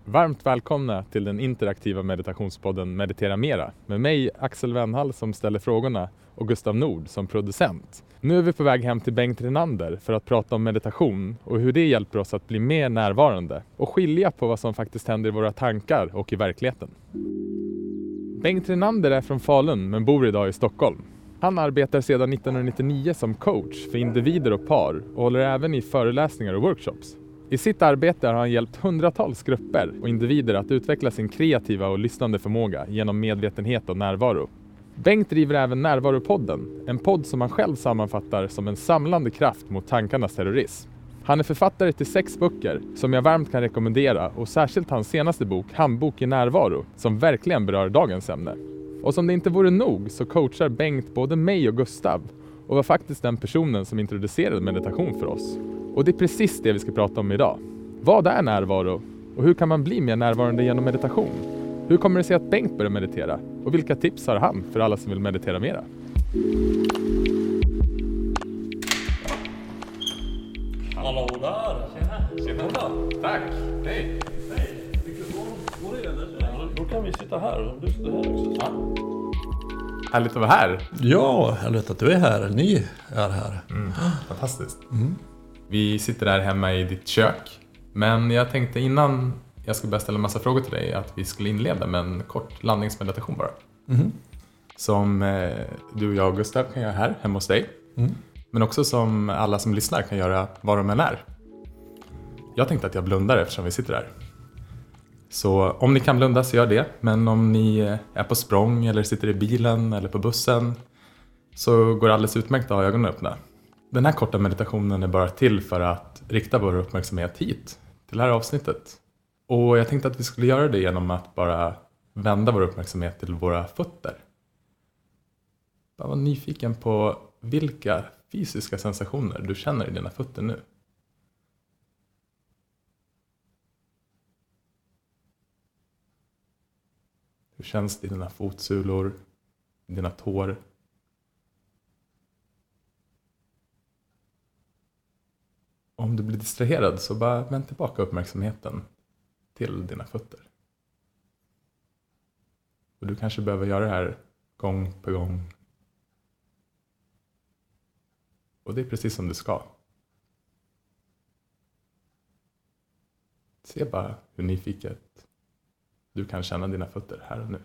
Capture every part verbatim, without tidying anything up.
Varmt välkomna till den interaktiva meditationspodden Meditera Mera med mig Axel Wennhall som ställer frågorna och Gustav Nord som producent. Nu är vi på väg hem till Bengt Renander för att prata om meditation och hur det hjälper oss att bli mer närvarande och skilja på vad som faktiskt händer i våra tankar och i verkligheten. Bengt Renander är från Falun men bor idag i Stockholm. Han arbetar sedan nittonhundranittionio som coach för individer och par och håller även i föreläsningar och workshops. I sitt arbete har han hjälpt hundratals grupper och individer att utveckla sin kreativa och lyssnande förmåga genom medvetenhet och närvaro. Bengt driver även Närvaropodden, en podd som han själv sammanfattar som en samlande kraft mot tankarnas terrorism. Han är författare till sex böcker som jag varmt kan rekommendera och särskilt hans senaste bok Handbok i närvaro som verkligen berör dagens ämne. Och som det inte vore nog så coachar Bengt både mig och Gustav och var faktiskt den personen som introducerade meditation för oss. Och det är precis det vi ska prata om idag. Vad är närvaro? Och hur kan man bli mer närvarande genom meditation? Hur kommer det sig att Bengt börjar meditera? Och vilka tips har han för alla som vill meditera mera? Hallå där! Tjena! Tjena! Tack! Hej! Hej! Mikrofon, går det eller? Ja, då kan vi sitta här och du sitter här också. Ja. Härligt att vara här! Ja, jag vet att du är här. Ni är här. Mm, fantastiskt. Mm. Vi sitter där hemma i ditt kök. Men jag tänkte innan jag ska börja ställa en massa frågor till dig att vi skulle inleda med en kort landningsmeditation bara. Mm. Som eh, du och jag och Gustav kan göra här hemma hos dig. Mm. Men också som alla som lyssnar kan göra var de än är. Jag tänkte att jag blundar eftersom vi sitter här. Så om ni kan blunda så gör det. Men om ni är på språng eller sitter i bilen eller på bussen så går det alldeles utmärkt att ha ögonen öppna. Den här korta meditationen är bara till för att rikta vår uppmärksamhet hit, till det här avsnittet. Och jag tänkte att vi skulle göra det genom att bara vända vår uppmärksamhet till våra fötter. Jag var nyfiken på vilka fysiska sensationer du känner i dina fötter nu. Hur känns det i dina fotsulor, dina tår? Om du blir distraherad så bara vänd tillbaka uppmärksamheten till dina fötter. Och du kanske behöver göra det här gång på gång. Och det är precis som det ska. Se bara hur nyfiket du kan känna dina fötter här och nu.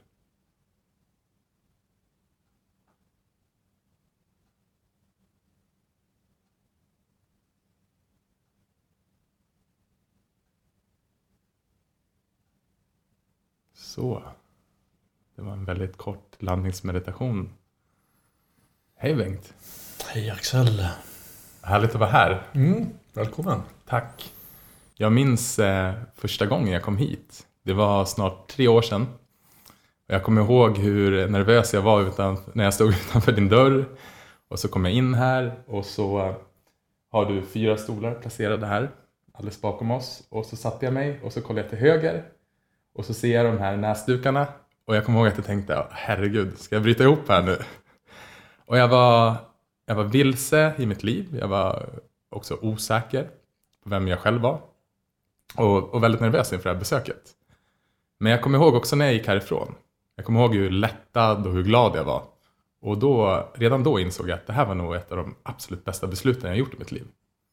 Så, det var en väldigt kort landningsmeditation. Hej Bengt. Hej Axel. Härligt att vara här. Mm. Välkommen. Tack. Jag minns eh, första gången jag kom hit. Det var snart tre år sedan. Och jag kommer ihåg hur nervös jag var utan, när jag stod utanför din dörr. Och så kom jag in här och så har du fyra stolar placerade här. Alldeles bakom oss. Och så satte jag mig och så kollade jag till höger. Och så ser jag de här näsdukarna. Och jag kommer ihåg att jag tänkte, herregud, ska jag bryta ihop här nu? Och jag var, jag var vilse i mitt liv. Jag var också osäker på vem jag själv var. Och, och väldigt nervös inför det här besöket. Men jag kommer ihåg också när jag gick härifrån. Jag kommer ihåg hur lättad och hur glad jag var. Och då, redan då insåg jag att det här var nog ett av de absolut bästa besluten jag gjort i mitt liv.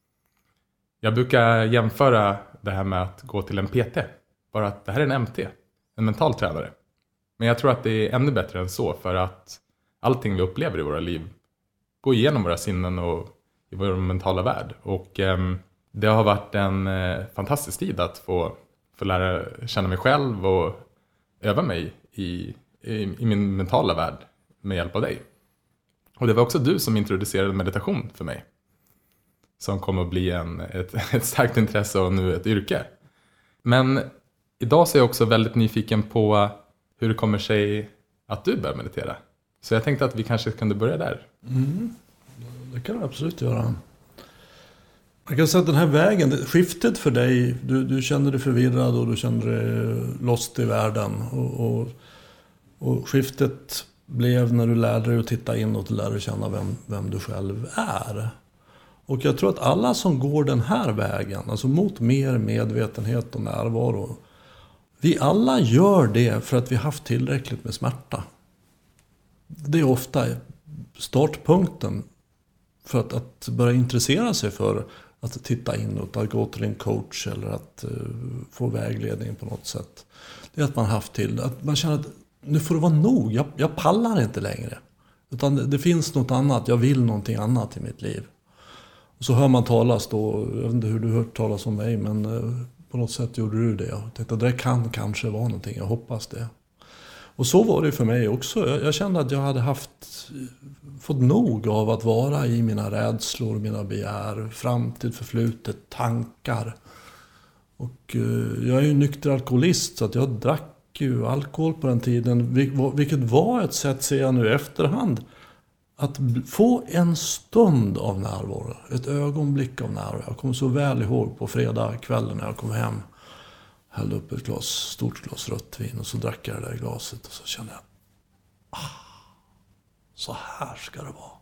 Jag brukar jämföra det här med att gå till en P T. Bara att det här är en M T, en mental tränare. Men jag tror att det är ännu bättre än så för att allting vi upplever i våra liv går igenom våra sinnen och i vår mentala värld. Och eh, det har varit en eh, fantastisk tid att få, få lära känna mig själv och öva mig i, i, i min mentala värld med hjälp av dig. Och det var också du som introducerade meditation för mig. Som kommer att bli en, ett, ett starkt intresse och nu ett yrke. Men idag så är jag också väldigt nyfiken på hur det kommer sig att du börjar meditera. Så jag tänkte att vi kanske kunde börja där. Mm. Det kan du absolut göra. Jag kan säga att den här vägen, skiftet för dig, du, du kände dig förvirrad och du kände dig lost i världen. Och, och, och skiftet blev när du lärde dig att titta inåt och lärde dig känna vem, vem du själv är. Och jag tror att alla som går den här vägen, alltså mot mer medvetenhet och närvaro, Vi alla gör det för att vi haft tillräckligt med smärta. Det är ofta startpunkten för att, att börja intressera sig för att titta inåt, att gå till en coach eller att uh, få vägledning på något sätt. Det är att man haft till, att man känner att nu får det vara nog, jag, jag pallar inte längre. Utan det, det finns något annat, jag vill någonting annat i mitt liv. Och så hör man talas då, jag vet inte hur du hört talas om mig, men uh, på något sätt gjorde du det. Jag tänkte att det kan kanske vara någonting, jag hoppas det. Och så var det för mig också. Jag, jag kände att jag hade haft, fått nog av att vara i mina rädslor, mina begär, framtid, förflutet, tankar. Och uh, jag är ju nykter alkoholist så att jag drack ju alkohol på den tiden. Vilket var ett sätt, ser jag nu i efterhand, att få en stund av närvaro. Ett ögonblick av närvaro. Jag kommer så väl ihåg på fredag kvällen när jag kom hem. Hällde upp ett glas, stort glas rött vin och så drack jag det där glaset och så kände jag, ah, så här ska det vara.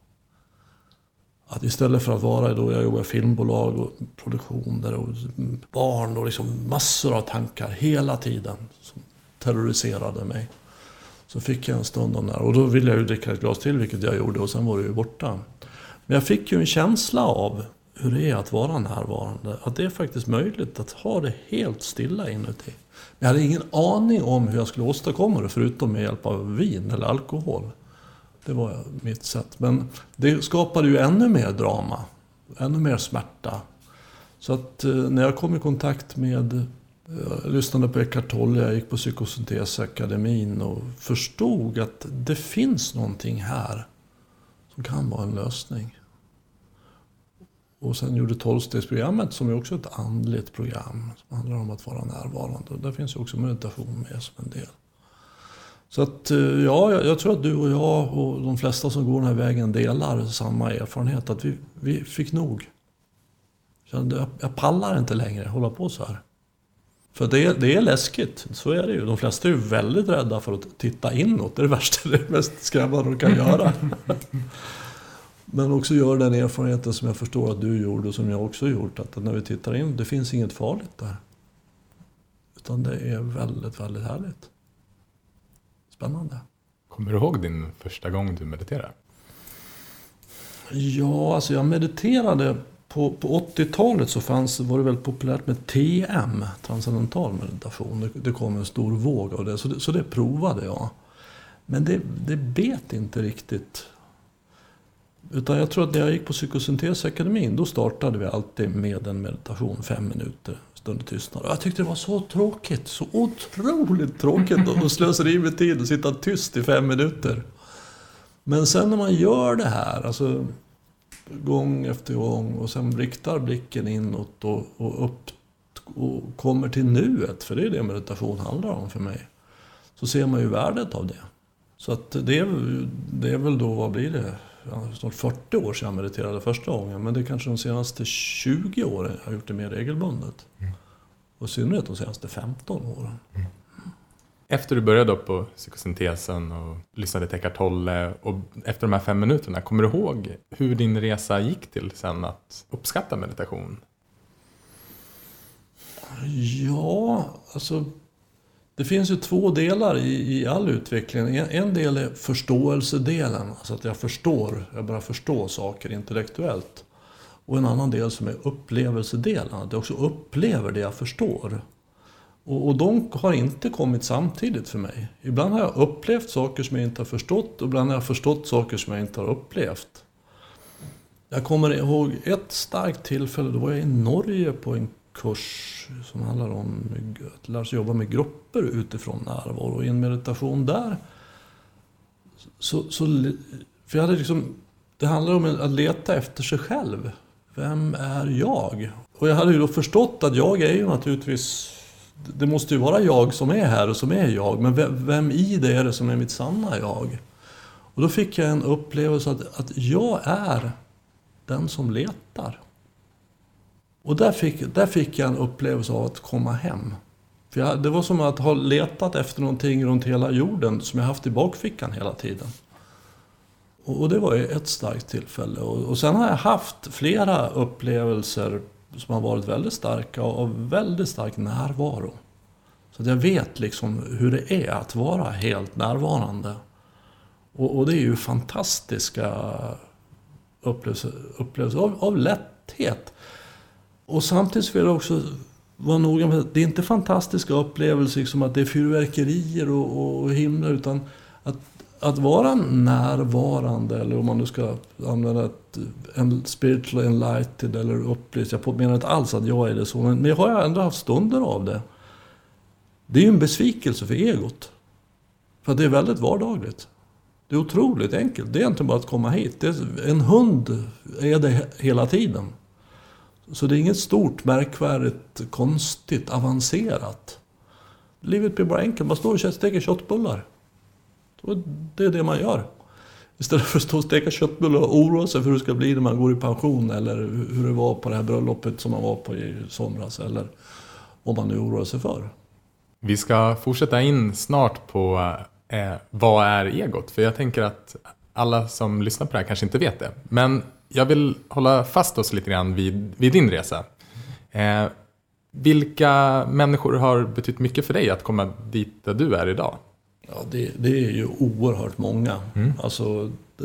Att istället för att vara då jag jobbar i filmbolag och produktioner och barn och liksom massor av tankar hela tiden som terroriserade mig, så fick jag en stund av när och då ville jag ju dricka ett glas till, vilket jag gjorde, och sen var det ju borta. Men jag fick ju en känsla av hur det är att vara närvarande. Att det är faktiskt möjligt att ha det helt stilla inuti. Jag hade ingen aning om hur jag skulle åstadkomma det förutom med hjälp av vin eller alkohol. Det var mitt sätt. Men det skapade ju ännu mer drama. Ännu mer smärta. Så att när jag kom i kontakt med... Jag lyssnade på Eckart Tolle, jag gick på Psykosyntesakademin och förstod att det finns någonting här som kan vara en lösning. Och sen gjorde tolvstegsprogrammet som är också ett andligt program som handlar om att vara närvarande. Och där finns ju också meditation med som en del. Så att ja, jag tror att du och jag och de flesta som går den här vägen delar samma erfarenhet. Att vi, vi fick nog. Jag, jag pallar inte längre hålla på så här. För det, det är läskigt, så är det ju. De flesta är ju väldigt rädda för att titta inåt. Det är det värsta, det är det mest skrämmande de kan göra. Men också gör den erfarenheten som jag förstår att du gjorde och som jag också gjort. Att när vi tittar in, det finns inget farligt där. Utan det är väldigt, väldigt härligt. Spännande. Kommer du ihåg din första gång du mediterade? Ja, alltså jag mediterade... På, på åttiotalet så fanns, var det väldigt populärt med T M, transcendental meditation. Det, det kom en stor våg av det så, det, så det provade jag. Men det, det bet inte riktigt. Utan jag tror att när jag gick på Psykosyntesakademin, då startade vi alltid med en meditation, fem minuter, stund tystnad. Och jag tyckte det var så tråkigt, så otroligt tråkigt att slösa i med tid och sitta tyst i fem minuter. Men sen när man gör det här, alltså... gång efter gång och sen riktar blicken inåt och, och upp och kommer till nuet, för det är det meditation handlar om för mig, så ser man ju värdet av det. Så att det är, det är väl då, vad blir det? Ja, snart fyrtio år sedan jag mediterade första gången, men det är kanske de senaste tjugo åren jag har gjort det mer regelbundet. Mm. Och i synnerhet de senaste femton åren. Mm. Efter du började på psykosyntesen och lyssnade till Eckart Tolle och efter de här fem minuterna, kommer du ihåg hur din resa gick till sen att uppskatta meditation? Ja, alltså det finns ju två delar i, i all utveckling. En, en del är förståelsedelen, alltså att jag förstår, jag börjar förstå saker intellektuellt. Och en annan del som är upplevelsedelen, att jag också upplever det jag förstår. Och, och de har inte kommit samtidigt för mig. Ibland har jag upplevt saker som jag inte har förstått och ibland har jag förstått saker som jag inte har upplevt. Jag kommer ihåg ett starkt tillfälle, då var jag i Norge på en kurs som handlar om att lära sig jobba med grupper utifrån närvaro. Och i en meditation där, så, så, för jag hade liksom, det handlar om att leta efter sig själv. Vem är jag? Och jag hade ju då förstått att jag är ju naturligtvis, det måste ju vara jag som är här och som är jag. Men vem, vem i det är det som är mitt sanna jag? Och då fick jag en upplevelse att, att jag är den som letar. Och där fick, där fick jag en upplevelse av att komma hem. För jag, det var som att ha letat efter någonting runt hela jorden som jag haft i bakfickan hela tiden. Och, och det var ett starkt tillfälle. Och, och sen har jag haft flera upplevelser som har varit väldigt starka och väldigt stark närvaro. Så att jag vet liksom hur det är att vara helt närvarande. Och, och det är ju fantastiska upplevelser, upplevelser av, av lätthet. Och samtidigt vill jag också vara noga med att det är inte fantastiska upplevelser liksom att det är fyrverkerier och, och, och himlar, utan att, att vara närvarande, eller om man nu ska använda ett, en spiritual enlightened eller upplyst. Jag menar inte alls att jag är det så, men jag har ändå haft stunder av det. Det är ju en besvikelse för egot. För att det är väldigt vardagligt. Det är otroligt enkelt. Det är inte bara att komma hit. Det är, en hund är det hela tiden. Så det är inget stort, märkvärdigt, konstigt, avancerat. Livet blir bara enkelt. Man står och steker köttbullar. Och det är det man gör. Istället för att stå och steka köttbullar och oroa sig för hur det ska bli när man går i pension. Eller hur det var på det här bröllopet som man var på i somras. Eller om man nu oroar sig för. Vi ska fortsätta in snart på eh, vad är egot? För jag tänker att alla som lyssnar på det här kanske inte vet det. Men jag vill hålla fast oss lite grann vid, vid din resa. Eh, vilka människor har betytt mycket för dig att komma dit där du är idag? Ja, det, det är ju oerhört många. Mm. Alltså, det,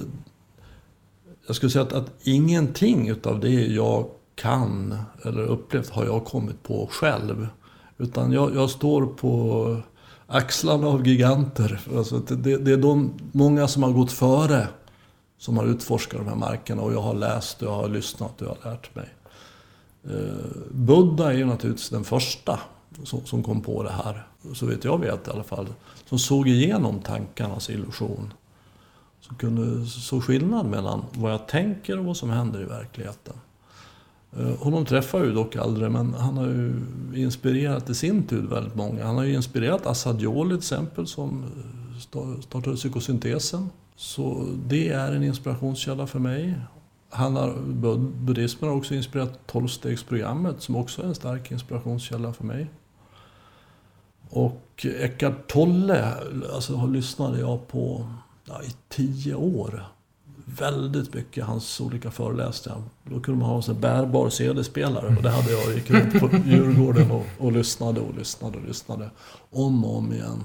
jag skulle säga att, att ingenting utav det jag kan eller upplevt har jag kommit på själv. Utan jag, jag står på axlarna av giganter. Alltså det, det är de många som har gått före som har utforskat de här markerna. Och jag har läst och jag har lyssnat och jag har lärt mig. Eh, Buddha är ju naturligtvis den första som, som kom på det här. Så vet jag vet i alla fall. Som såg igenom tankarnas illusion. Som kunde så skillnad mellan vad jag tänker och vad som händer i verkligheten. Honom träffar jag ju dock aldrig, men han har ju inspirerat i sin tur väldigt många. Han har ju inspirerat Assagioli till exempel, som startade psykosyntesen. Så det är en inspirationskälla för mig. Han har, buddhismen har också inspirerat tolvstegsprogrammet, som också är en stark inspirationskälla för mig. Och Eckhart Tolle, alltså lyssnade jag på ja, i tio år. Väldigt mycket hans olika föreläsningar. Då kunde man ha en sån bärbar C D-spelare. Och det hade jag. Gick runt på Djurgården och, och lyssnade och lyssnade och lyssnade. Om och om igen.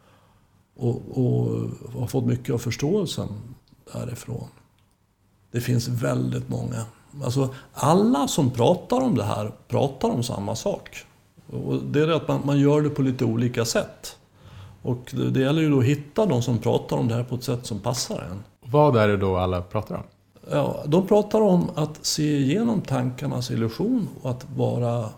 Och, och har fått mycket av förståelsen därifrån. Det finns väldigt många. Alltså alla som pratar om det här pratar om samma sak. Och det är att man, man gör det på lite olika sätt. Och det, det gäller ju då att hitta de som pratar om det här på ett sätt som passar en. Vad är det då alla pratar om? Ja, de pratar om att se igenom tankarnas illusion och att vara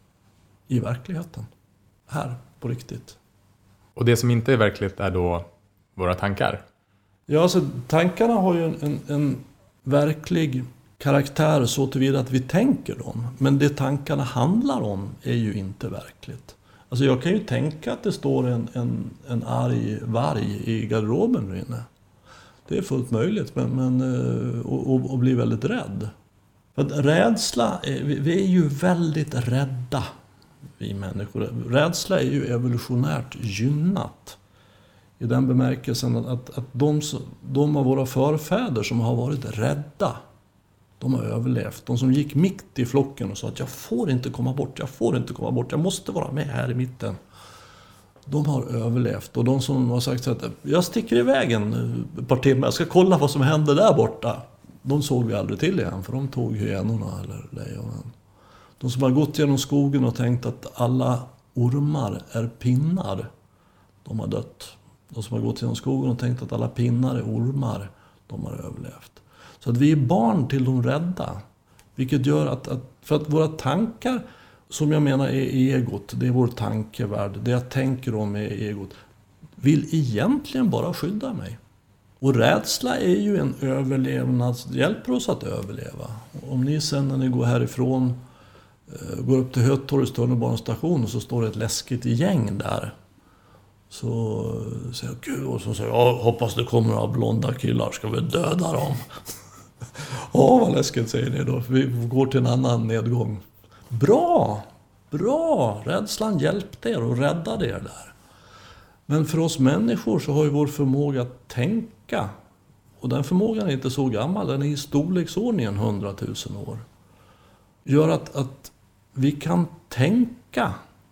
i verkligheten. Här, på riktigt. Och det som inte är verkligt är då våra tankar? Ja, alltså tankarna har ju en, en, en verklig karaktär så tillvida att vi tänker dem. Men det tankarna handlar om är ju inte verkligt. Alltså jag kan ju tänka att det står en, en, en arg varg i garderoben där inne. Det är fullt möjligt, men, men, och, och, och bli väldigt rädd. För att rädsla, är, vi, vi är ju väldigt rädda, vi människor. Rädsla är ju evolutionärt gynnat. I den bemärkelsen att, att, att de, de av våra förfäder som har varit rädda, de har överlevt. De som gick mitt i flocken och sa att jag får inte komma bort, jag får inte komma bort, jag måste vara med här i mitten. De har överlevt. Och de som har sagt att jag sticker iväg en ett par timmar, jag ska kolla vad som händer där borta. De såg vi aldrig till igen, för de tog hyenorna eller lejonen. De som har gått genom skogen och tänkt att alla ormar är pinnar, de har dött. De som har gått genom skogen och tänkt att alla pinnar är ormar, de har överlevt. Så att vi är barn till de rädda. Vilket gör att, att för att våra tankar, som jag menar är egot, det är vår tankevärld, det jag tänker om är egot, vill egentligen bara skydda mig. Och rädsla är ju en överlevnads, hjälper oss att överleva. Om ni sen när ni går härifrån går upp till Hötorgets tunnelbanestation och så står det ett läskigt gäng där, så säger jag gud, och så säger jag hoppas det kommer några blonda killar, ska vi döda dem. Ja, vad läskigt, säger ni då. Vi går till en annan nedgång. Bra, bra. Rädslan hjälpte er och räddade er där. Men för oss människor så har ju vår förmåga att tänka. Och den förmågan är inte så gammal. Den är i storleksordningen hundratusen år. Gör att, att vi kan tänka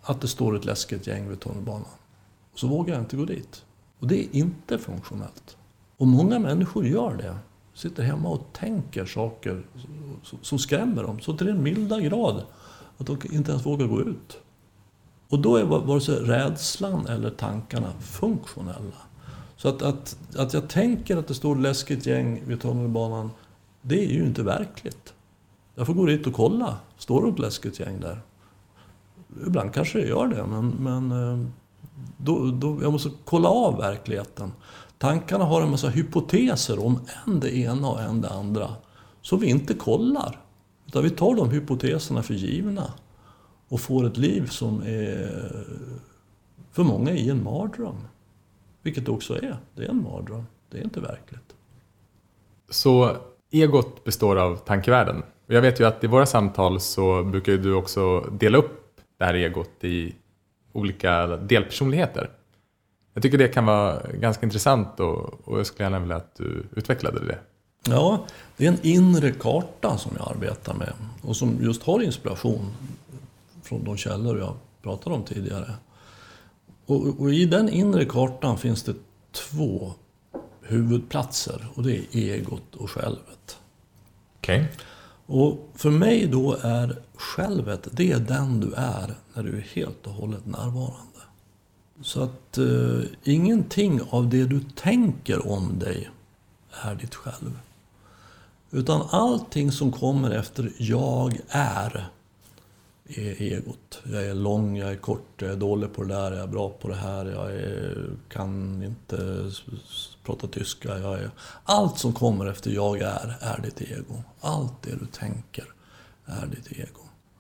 att det står ett läskigt gäng vid tunnelbanan. Och så vågar jag inte gå dit. Och det är inte funktionellt. Och många människor gör det. Sitter hemma och tänker saker som skrämmer dem. Så till en milda grad att de inte ens vågar gå ut. Och då är vare sig rädslan eller tankarna funktionella. Så att, att, att jag tänker att det står ett läskigt gäng vid tunnelbanan, det är ju inte verkligt. Jag får gå dit och kolla. Står det ett läskigt gäng där? Ibland kanske det gör det, men, men då, då, jag måste kolla av verkligheten. Tankarna har en massa hypoteser om en det ena och en det andra. Så vi inte kollar. Utan vi tar de hypoteserna för givna. Och får ett liv som är för många i en mardröm. Vilket det också är. Det är en mardröm. Det är inte verkligt. Så egot består av tankevärlden. Och jag vet ju att i våra samtal så brukar du också dela upp det här egot i olika delpersonligheter. Jag tycker det kan vara ganska intressant och, och jag skulle gärna vilja att du utvecklade det. Ja, det är en inre karta som jag arbetar med. Och som just har inspiration från de källor jag pratade om tidigare. Och, och i den inre kartan finns det två huvudplatser. Och det är egot och självet. Okej. Okay. Och för mig då är självet, det är den du är när du är helt och hållet närvarande. Så att eh, ingenting av det du tänker om dig är ditt själv. Utan allting som kommer efter jag är, är egot. Jag är lång, jag är kort, jag är dålig på det där, jag är bra på det här, jag är, kan inte prata tyska. Jag är, allt som kommer efter jag är, är ditt ego. Allt det du tänker är ditt ego.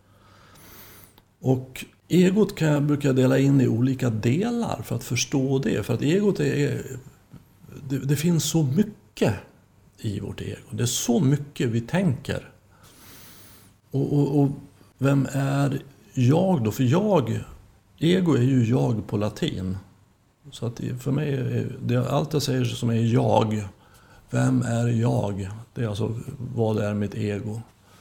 Och egot kan jag brukar dela in i olika delar för att förstå det. För att egot är, det, det finns så mycket i vårt ego. Det är så mycket vi tänker. Och, och, och vem är jag då? För jag, ego är ju jag på latin. Så att för mig är det allt jag säger som är jag. Vem är jag? Det är alltså vad är mitt ego.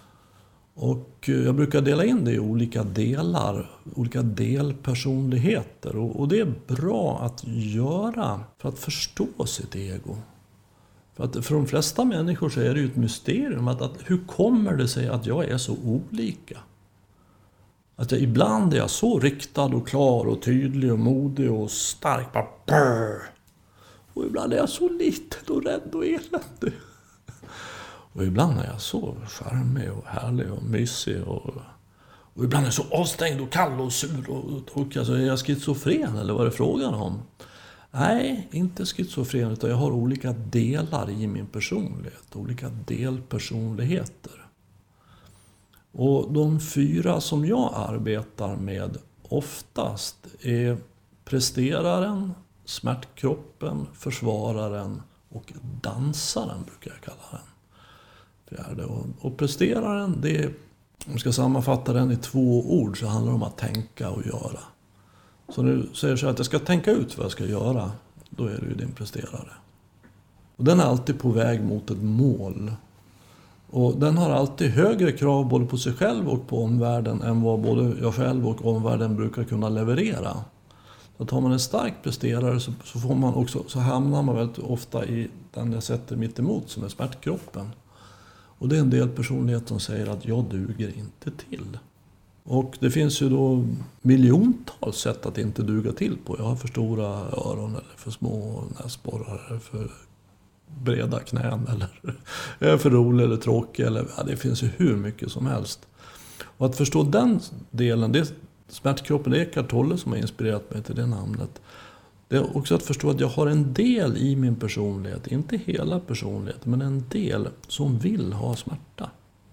Och jag brukar dela in det i olika delar, olika delpersonligheter. Och, och det är bra att göra för att förstå sitt ego. För att för de flesta människor så är det ju ett mysterium att, att hur kommer det sig att jag är så olika? Att jag ibland är jag så riktad och klar och tydlig och modig och stark. Bara och ibland är jag så liten och rädd och eländig. Och ibland är jag så charmig och härlig och mysig. Och, och ibland är jag så avstängd och kall och sur. Och, och alltså, är jag schizofren eller vad är det frågan om? Nej, inte schizofren, utan jag har olika delar i min personlighet. Olika delpersonligheter. Och de fyra som jag arbetar med oftast är presteraren, smärtkroppen, försvararen och dansaren brukar jag kalla den. Fjärde. Och, och presteraren, det är, om jag ska sammanfatta den i två ord, så handlar det om att tänka och göra. Så när du säger så att jag ska tänka ut vad jag ska göra, då är du ju din presterare. Och den är alltid på väg mot ett mål. Och den har alltid högre krav både på sig själv och på omvärlden än vad både jag själv och omvärlden brukar kunna leverera. Så tar man en stark presterare så, så, får man också, så hamnar man väldigt ofta i den jag sätter mitt emot som är smärtkroppen. Och det är en del personlighet som säger att jag duger inte till. Och det finns ju då miljontals sätt att inte duga till på. Jag har för stora öron eller för små näsborrar eller för breda knän eller jag är för rolig eller tråkig. Eller, ja, det finns ju hur mycket som helst. Och att förstå den delen, det är smärtkroppen, det är Eckhart Tolle som har inspirerat mig till det namnet. Det är också att förstå att jag har en del i min personlighet, inte hela personligheten, men en del som vill ha smärta.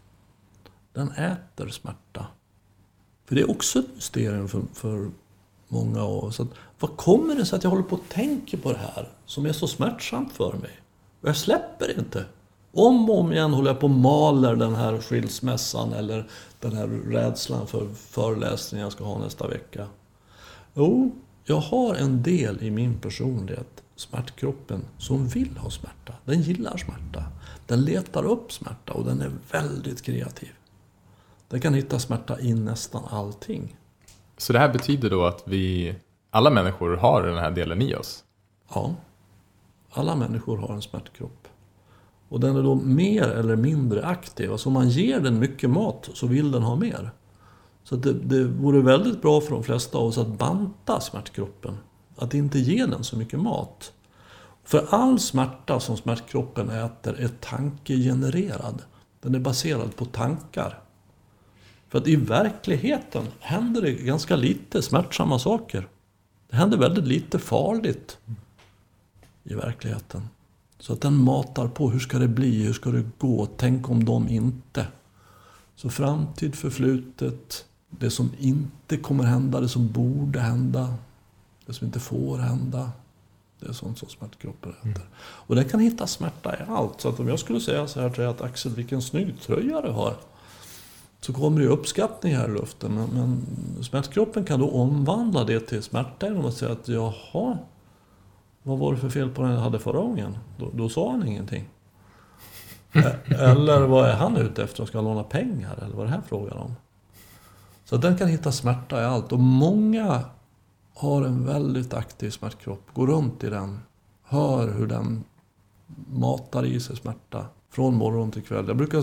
Den äter smärta. För det är också ett mysterium för, för många av oss. Att, vad kommer det sig att jag håller på och tänker på det här som är så smärtsamt för mig? Och jag släpper inte. Om och om igen håller jag på och maler den här skilsmässan eller den här rädslan för föreläsningen jag ska ha nästa vecka. Jo, jag har en del i min personlighet, smärtkroppen, som vill ha smärta. Den gillar smärta. Den letar upp smärta och den är väldigt kreativ. Den kan hitta smärta i nästan allting. Så det här betyder då att vi, alla människor har den här delen i oss? Ja, alla människor har en smärtkropp. Och den är då mer eller mindre aktiv. Alltså om man ger den mycket mat så vill den ha mer. Så det, det vore väldigt bra för de flesta av oss att banta smärtkroppen. Att inte ge den så mycket mat. För all smärta som smärtkroppen äter är tankegenererad. Den är baserad på tankar. För att i verkligheten händer det ganska lite smärtsamma saker. Det händer väldigt lite farligt i verkligheten. Så att den matar på, hur ska det bli, hur ska det gå, tänk om de inte. Så framtid, förflutet, det som inte kommer hända, det som borde hända, det som inte får hända. Det är sånt som smärtkroppen äter. Mm. Och den kan hitta smärta i allt. Så att om jag skulle säga så här till att Axel, vilken snygg tröja du har, så kommer det uppskattning här i luften. Men, men smärtkroppen kan då omvandla det till smärta genom att säga att jaha, vad var det för fel på den jag hade förra gången? Då, då sa han ingenting. Eller vad är han ute efter? Ska han låna pengar? Eller vad är det här frågan om? Så den kan hitta smärta i allt. Och många har en väldigt aktiv smärtkropp. Går runt i den. Hör hur den matar i sig smärta. Från morgon till kväll. Jag brukar,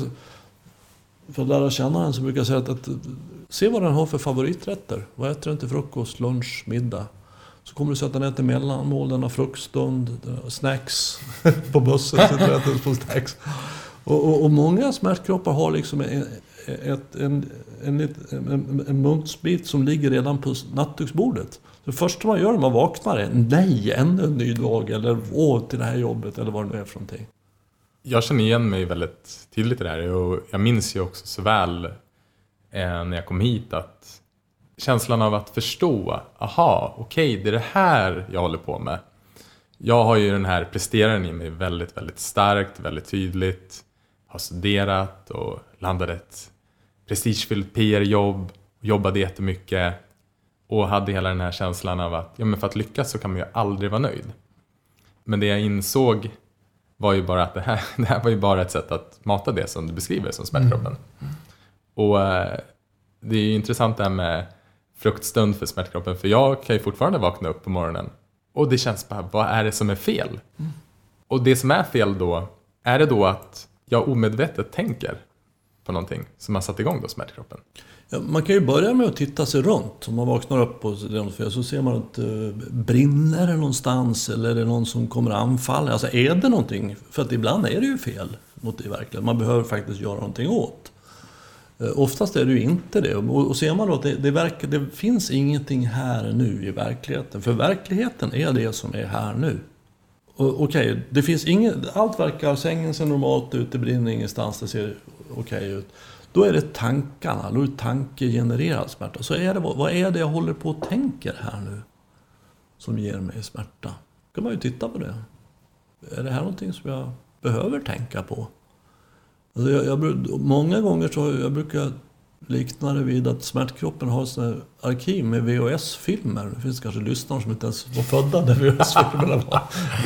för att lära känna den så brukar jag säga att, att se vad den har för favoriträtter. Vad äter den till frukost, lunch, middag? Så kommer du se att den äter mellanmål, den har fruktstund, snacks på bussen, så äter på snacks. Och, och, och många smärtkroppar har liksom en, ett, en, en, en, en muntsbit som ligger redan på nattduksbordet. Det första man gör när man vaknar är nej, ännu en ny dag, eller åh, till det här jobbet, eller vad det nu är för någonting. Jag känner igen mig väldigt tydligt i det här, och jag minns ju också så väl eh, när jag kom hit att känslan av att förstå, aha, okej, okay, det är det här jag håller på med. Jag har ju den här presteraren i mig väldigt, väldigt starkt, väldigt tydligt. Har studerat och landat ett prestigefyllt P R-jobb. Jobbade jättemycket. Och hade hela den här känslan av att ja, men för att lyckas så kan man ju aldrig vara nöjd. Men det jag insåg var ju bara att det här, det här var ju bara ett sätt att mata det som du beskriver som smärtkroppen. Mm. Och eh, det är ju intressant det här med fruktstund för smärtkroppen. För jag kan ju fortfarande vakna upp på morgonen. Och det känns bara, vad är det som är fel? Mm. Och det som är fel då, är det då att jag omedvetet tänker på någonting som har satt igång då smärtkroppen? Ja, man kan ju börja med att titta sig runt. Om man vaknar upp och så ser man att uh, brinner det någonstans, eller är det någon som kommer anfalla? Alltså är det någonting? För att ibland är det ju fel mot det verkligen. Man behöver faktiskt göra någonting åt. Uh, oftast är det ju inte det. Och, och ser man då att det, det, verkar, det finns ingenting här nu i verkligheten. För verkligheten är det som är här nu. Okej, okay, det finns inget, allt verkar, sängen ser normalt ut, det brinner ingenstans, det ser okej okay ut. Då är det tankarna, då är det tankegenererad smärta. Så är det, vad är det jag håller på och tänker här nu som ger mig smärta? Då kan man ju titta på det. Är det här någonting som jag behöver tänka på? Alltså jag, jag, många gånger så jag brukar likna det vid att smärtkroppen har sådana arkiv med V H S-filmer. Det finns kanske lyssnare som inte ens var födda när V H S-filmerna var.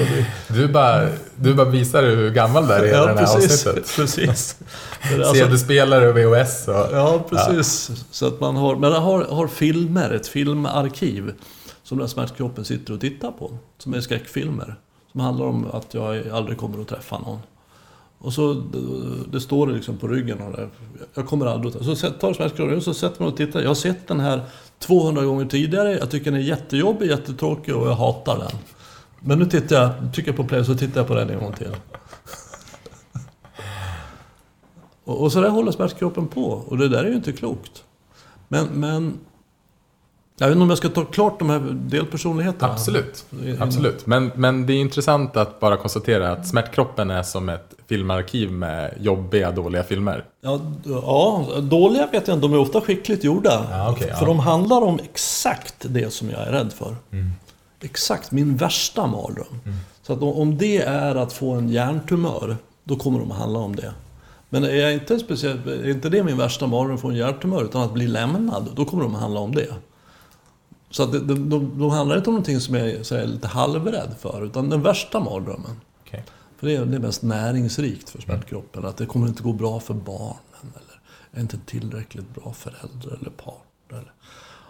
Du bara, du bara visar hur gammal där är i ja, den här precis, avsnittet. Precis. Alltså, C D-spelare och V H S. Och, ja, precis. Ja. Så att man har, men man har, har filmer, ett filmarkiv som den smärtkroppen sitter och tittar på. Som är skräckfilmer. Som handlar om att jag aldrig kommer att träffa någon. Och så det, det står det liksom på ryggen och det, jag kommer aldrig att... Så tar smärtkroppen och så sätter man och tittar. Jag har sett den här tvåhundra gånger tidigare. Jag tycker den är jättejobbig, jättetråkig och jag hatar den. Men nu tittar jag, tycker jag på play så tittar jag på den en gång till. Och, och så där håller smärtkroppen på. Och det där är ju inte klokt. Men... men jag vet inte om jag ska ta klart de här delpersonligheterna. Absolut, absolut. Men, men det är intressant att bara konstatera att smärtkroppen är som ett filmarkiv med jobbiga, dåliga filmer. Ja, ja dåliga vet jag inte. De är ofta skickligt gjorda. Ja, okay, för ja. De handlar om exakt det som jag är rädd för. Mm. Exakt, min värsta mardröm. Mm. Så att om det är att få en hjärntumör, då kommer de att handla om det. Men är, jag inte speciellt, är inte det min värsta mardröm att få en hjärntumör, utan att bli lämnad, då kommer de att handla om det. Så att de, de, de, de handlar inte om någonting som jag, så jag är lite halvrädd för, utan den värsta mardrömmen. Okay. För det är det mest näringsrikt för smärtkroppen. Att det kommer inte gå bbra för barnen, eller är inte tillräckligt bra förälder eller partner. Eller.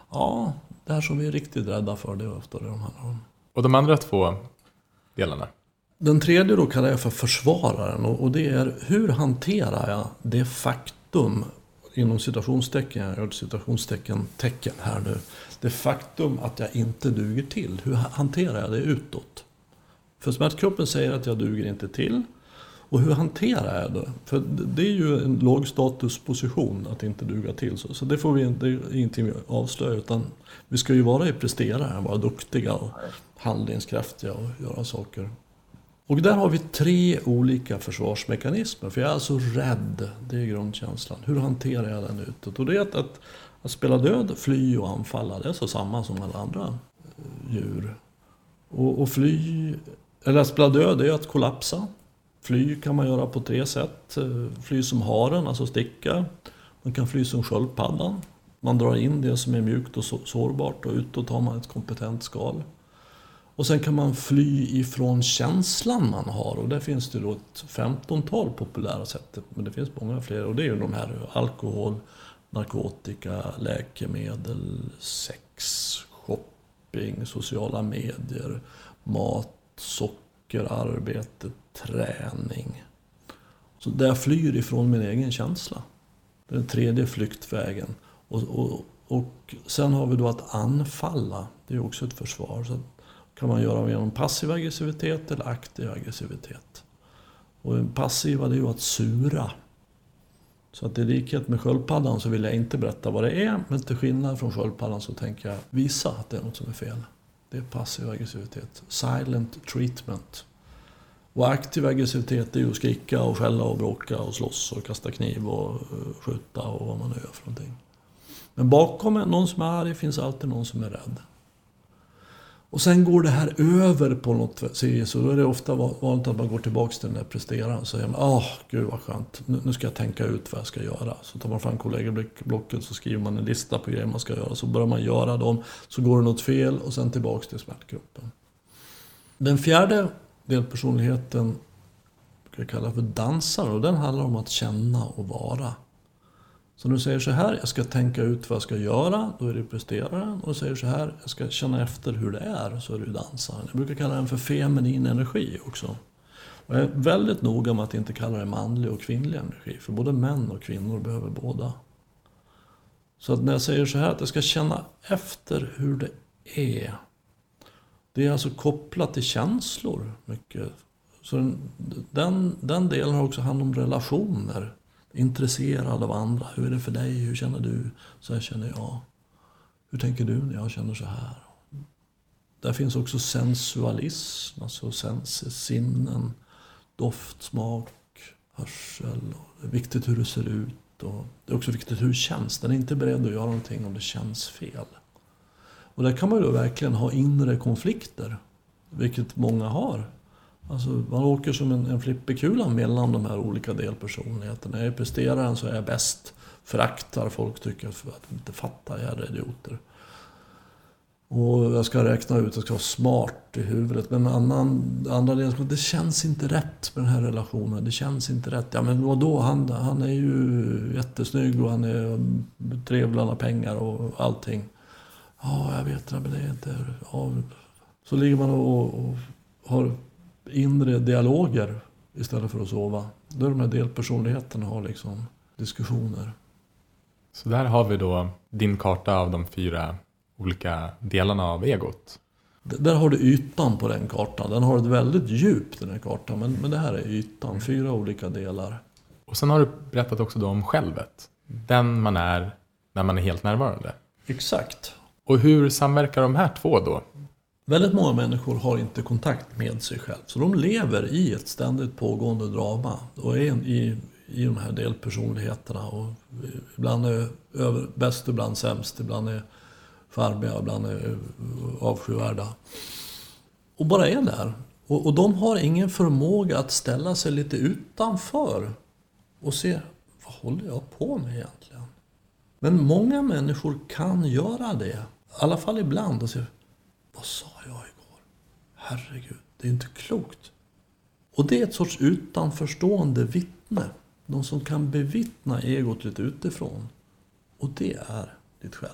Ja, det här som vi är riktigt rädda för, det är ofta det de handlar om. Och de andra två delarna? Den tredje då kallar jag för försvararen. Och det är hur hanterar jag det faktum, inom citationstecken, jag gör citationstecken tecken här nu. Det faktum att jag inte duger till. Hur hanterar jag det utåt? För smärtkroppen säger att jag duger inte till. Och hur hanterar jag det? För det är ju en lågstatusposition att inte duga till. Så, så det, får vi, det är ingenting vi avslöjar, utan vi ska ju vara i presterare, vara duktiga och handlingskraftiga och göra saker. Och där har vi tre olika försvarsmekanismer. För jag är alltså rädd, det är grundkänslan. Hur hanterar jag den utåt? Och det är att, att, att spela död, fly och anfalla, det är så samma som alla andra djur. Och, och fly, eller att spela död är att kollapsa. Fly kan man göra på tre sätt. Fly som haren, alltså sticka. Man kan fly som sköldpaddan. Man drar in det som är mjukt och sårbart och utåt har man ett kompetent skal. Och sen kan man fly ifrån känslan man har. Och där finns det då ett femtontal populära sätt. Men det finns många fler. Och det är ju de här alkohol, narkotika, läkemedel, sex, shopping, sociala medier, mat, socker, arbete, träning. Så där jag flyr ifrån min egen känsla. Det är den tredje flyktvägen. Och, och, och sen har vi då att anfalla. Det är också ett försvar. Så kan man göra genom passiv aggressivitet eller aktiv aggressivitet. Och en passiva, det är ju att sura. Så att i likhet med sköldpaddan så vill jag inte berätta vad det är. Men till skillnad från sköldpaddan så tänker jag visa att det är något som är fel. Det är passiv aggressivitet. Silent treatment. Och aktiv aggressivitet är ju att skrika och skälla och bråka och slåss och kasta kniv och skjuta och vad man nu gör för någonting. Men bakom någon som är arg finns alltid någon som är rädd. Och sen går det här över på något sätt. Så då är det ofta vanligt att man går tillbaka till den där presteraren och säger åh, gud vad skönt, nu, nu ska jag tänka ut vad jag ska göra. Så tar man fram kollegieblocket så skriver man en lista på grejer man ska göra. Så börjar man göra dem, så går det något fel och sen tillbaka till smärtgruppen. Den fjärde delpersonligheten brukar jag kalla för dansare, och den handlar om att känna och vara. Så när du säger så här, jag ska tänka ut vad jag ska göra, då är det presteraren. Och du säger så här, jag ska känna efter hur det är, så är det dansaren. Jag brukar kalla den för feminin energi också. Och jag är väldigt noga med att inte kalla det manlig och kvinnlig energi. För både män och kvinnor behöver båda. Så att när jag säger så här, att jag ska känna efter hur det är. Det är alltså kopplat till känslor mycket. Så den, den, den delen har också hand om relationer. Intresserad av andra. Hur är det för dig? Hur känner du? Så här känner jag. Hur tänker du när jag känner så här? Där finns också sensualism. Alltså sens, sinnen. Doft, smak, hörsel. Det är viktigt hur det ser ut. Och det är också viktigt hur det känns. Den är inte beredd att göra någonting om det känns fel. Och där kan man ju då verkligen ha inre konflikter. Vilket många har. Alltså man åker som en, en flipperkula mellan de här olika delpersonligheterna. När jag är presteraren så är jag bäst. Föraktar folk, tycker att jag inte fattar, jag är idioter. Och jag ska räkna ut, jag ska vara smart i huvudet. Men annan, andra delen, det känns inte rätt med den här relationen. Det känns inte rätt. Ja men vadå, han, han är ju jättesnygg och han är trevlig, han har pengar och allting. Ja, jag vet det, men det är inte... Ja. Så ligger man och, och har inre dialoger istället för att sova. Då är de här delpersonligheterna har liksom diskussioner. Så där har vi då din karta av de fyra olika delarna av egot. D- där har du ytan på den kartan. Den har ett väldigt djup, den här kartan. Men, men det här är ytan, fyra olika delar. Och sen har du berättat också då om självet. Den man är när man är helt närvarande. Exakt. Och hur samverkar de här två då? Väldigt många människor har inte kontakt med sig själv. Så de lever i ett ständigt pågående drama. Och är i, i de här delpersonligheterna. Och ibland är över, bäst, ibland sämst. Ibland är farbiga, ibland är avskyvärda. Och bara är där. Och, och de har ingen förmåga att ställa sig lite utanför. Och se, vad håller jag på med egentligen? Men många människor kan göra det. I alla fall ibland. Och se, vad sa jag igår? Herregud, det är inte klokt. Och det är ett sorts utanförstående vittne. De som kan bevittna egot lite utifrån. Och det är ditt själv.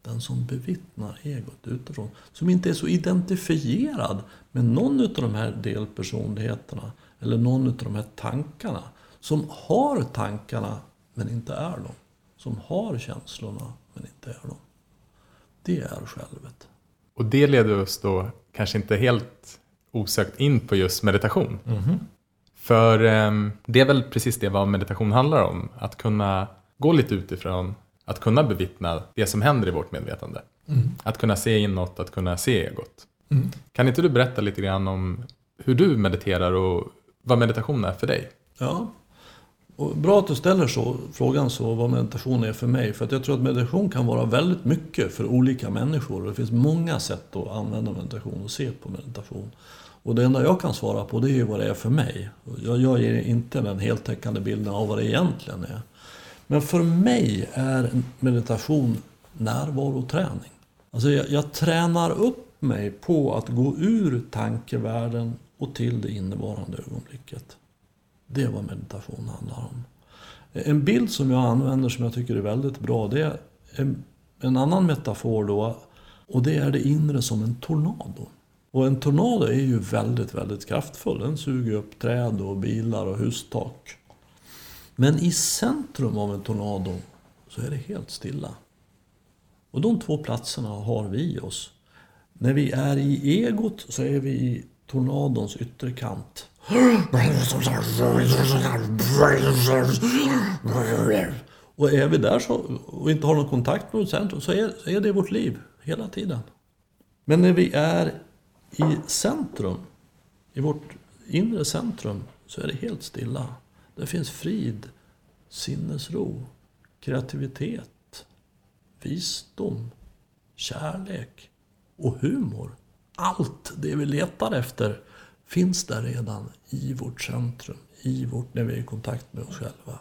Den som bevittnar egot utifrån. Som inte är så identifierad med någon av de här delpersonligheterna. Eller någon av de här tankarna. Som har tankarna men inte är dem. Som har känslorna men inte är dem. Det är självet. Och det leder oss då kanske inte helt osökt in på just meditation. Mm-hmm. För um, det är väl precis det vad meditation handlar om. Att kunna gå lite utifrån. Att kunna bevittna det som händer i vårt medvetande. Mm. Att kunna se inåt, att kunna se egot. Mm. Kan inte du berätta lite grann om hur du mediterar och vad meditation är för dig? Ja, och bra att du ställer så, frågan så vad meditation är för mig. För att jag tror att meditation kan vara väldigt mycket för olika människor. Det finns många sätt att använda meditation och se på meditation. Och det enda jag kan svara på det är vad det är för mig. Jag, jag ger inte den heltäckande bilden av vad det egentligen är. Men för mig är meditation närvaroträning. Alltså jag, jag tränar upp mig på att gå ur tankevärlden och till det innevarande ögonblicket. Det är vad meditation handlar om. En bild som jag använder som jag tycker är väldigt bra, det är en, en annan metafor då. Och det är det inre som en tornado. Och en tornado är ju väldigt, väldigt kraftfull. Den suger upp träd och bilar och hustak. Men i centrum av en tornado så är det helt stilla. Och de två platserna har vi i oss. När vi är i egot så är vi i tornadons ytterkant. Och är vi där så, och inte har någon kontakt med centrum så är, så är det vårt liv hela tiden. Men när vi är i centrum, i vårt inre centrum, så är det helt stilla. Det finns frid, sinnesro, kreativitet, visdom, kärlek och humor. Allt det vi letar efter finns där redan i vårt centrum, i vårt, när vi är i kontakt med oss själva.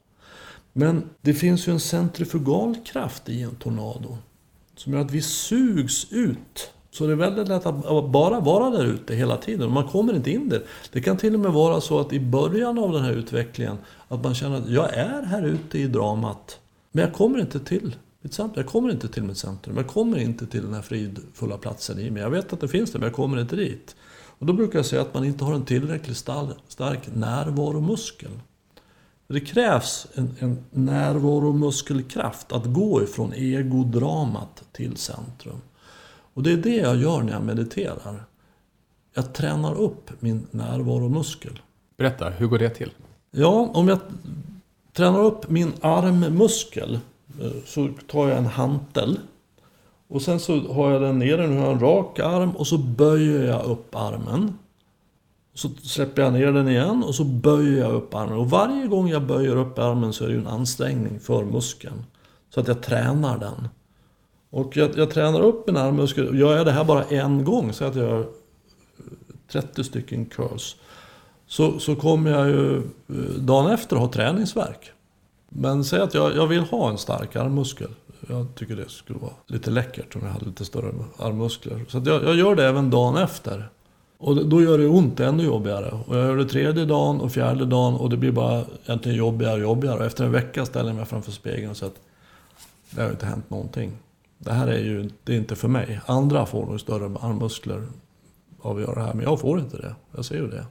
Men det finns ju en centrifugalkraft i en tornado som gör att vi sugs ut. Så det är väldigt lätt att bara vara där ute hela tiden. Man kommer inte in där. Det kan till och med vara så att i början av den här utvecklingen att man känner att jag är här ute i dramat. Men jag kommer inte till mitt centrum. Jag kommer inte till mitt centrum. Jag kommer inte till den här fridfulla platsen i mig. Jag vet att det finns det, men jag kommer inte dit. Och då brukar jag säga att man inte har en tillräckligt stark närvaromuskel. Det krävs en, en närvaromuskelkraft att gå ifrån egodramat till centrum. Och det är det jag gör när jag mediterar. Jag tränar upp min närvaromuskel. Berätta, hur går det till? Ja, om jag tränar upp min armmuskel så tar jag en hantel. Och sen så har jag den nere, nu har jag en rak arm och så böjer jag upp armen. Så släpper jag ner den igen och så böjer jag upp armen. Och varje gång jag böjer upp armen så är det ju en ansträngning för muskeln. Så att jag tränar den. Och jag, jag tränar upp min armmuskel. Gör jag det här bara en gång så att jag gör trettio stycken curls. Så, så kommer jag ju dagen efter ha träningsvärk. Men säg att jag, jag vill ha en stark armmuskel. Jag tycker det skulle vara lite läckert om jag hade lite större armmuskler. Så att jag, jag gör det även dagen efter. Och då gör det ont ännu jobbigare. Och jag gör det tredje dagen och fjärde dagen och det blir bara egentligen jobbigare och jobbigare. Och efter en vecka ställer jag mig framför spegeln och säger att det har inte hänt någonting. Det här är ju det är inte för mig. Andra får nog större armmuskler av att göra det här. Men jag får inte det. Jag ser ju det.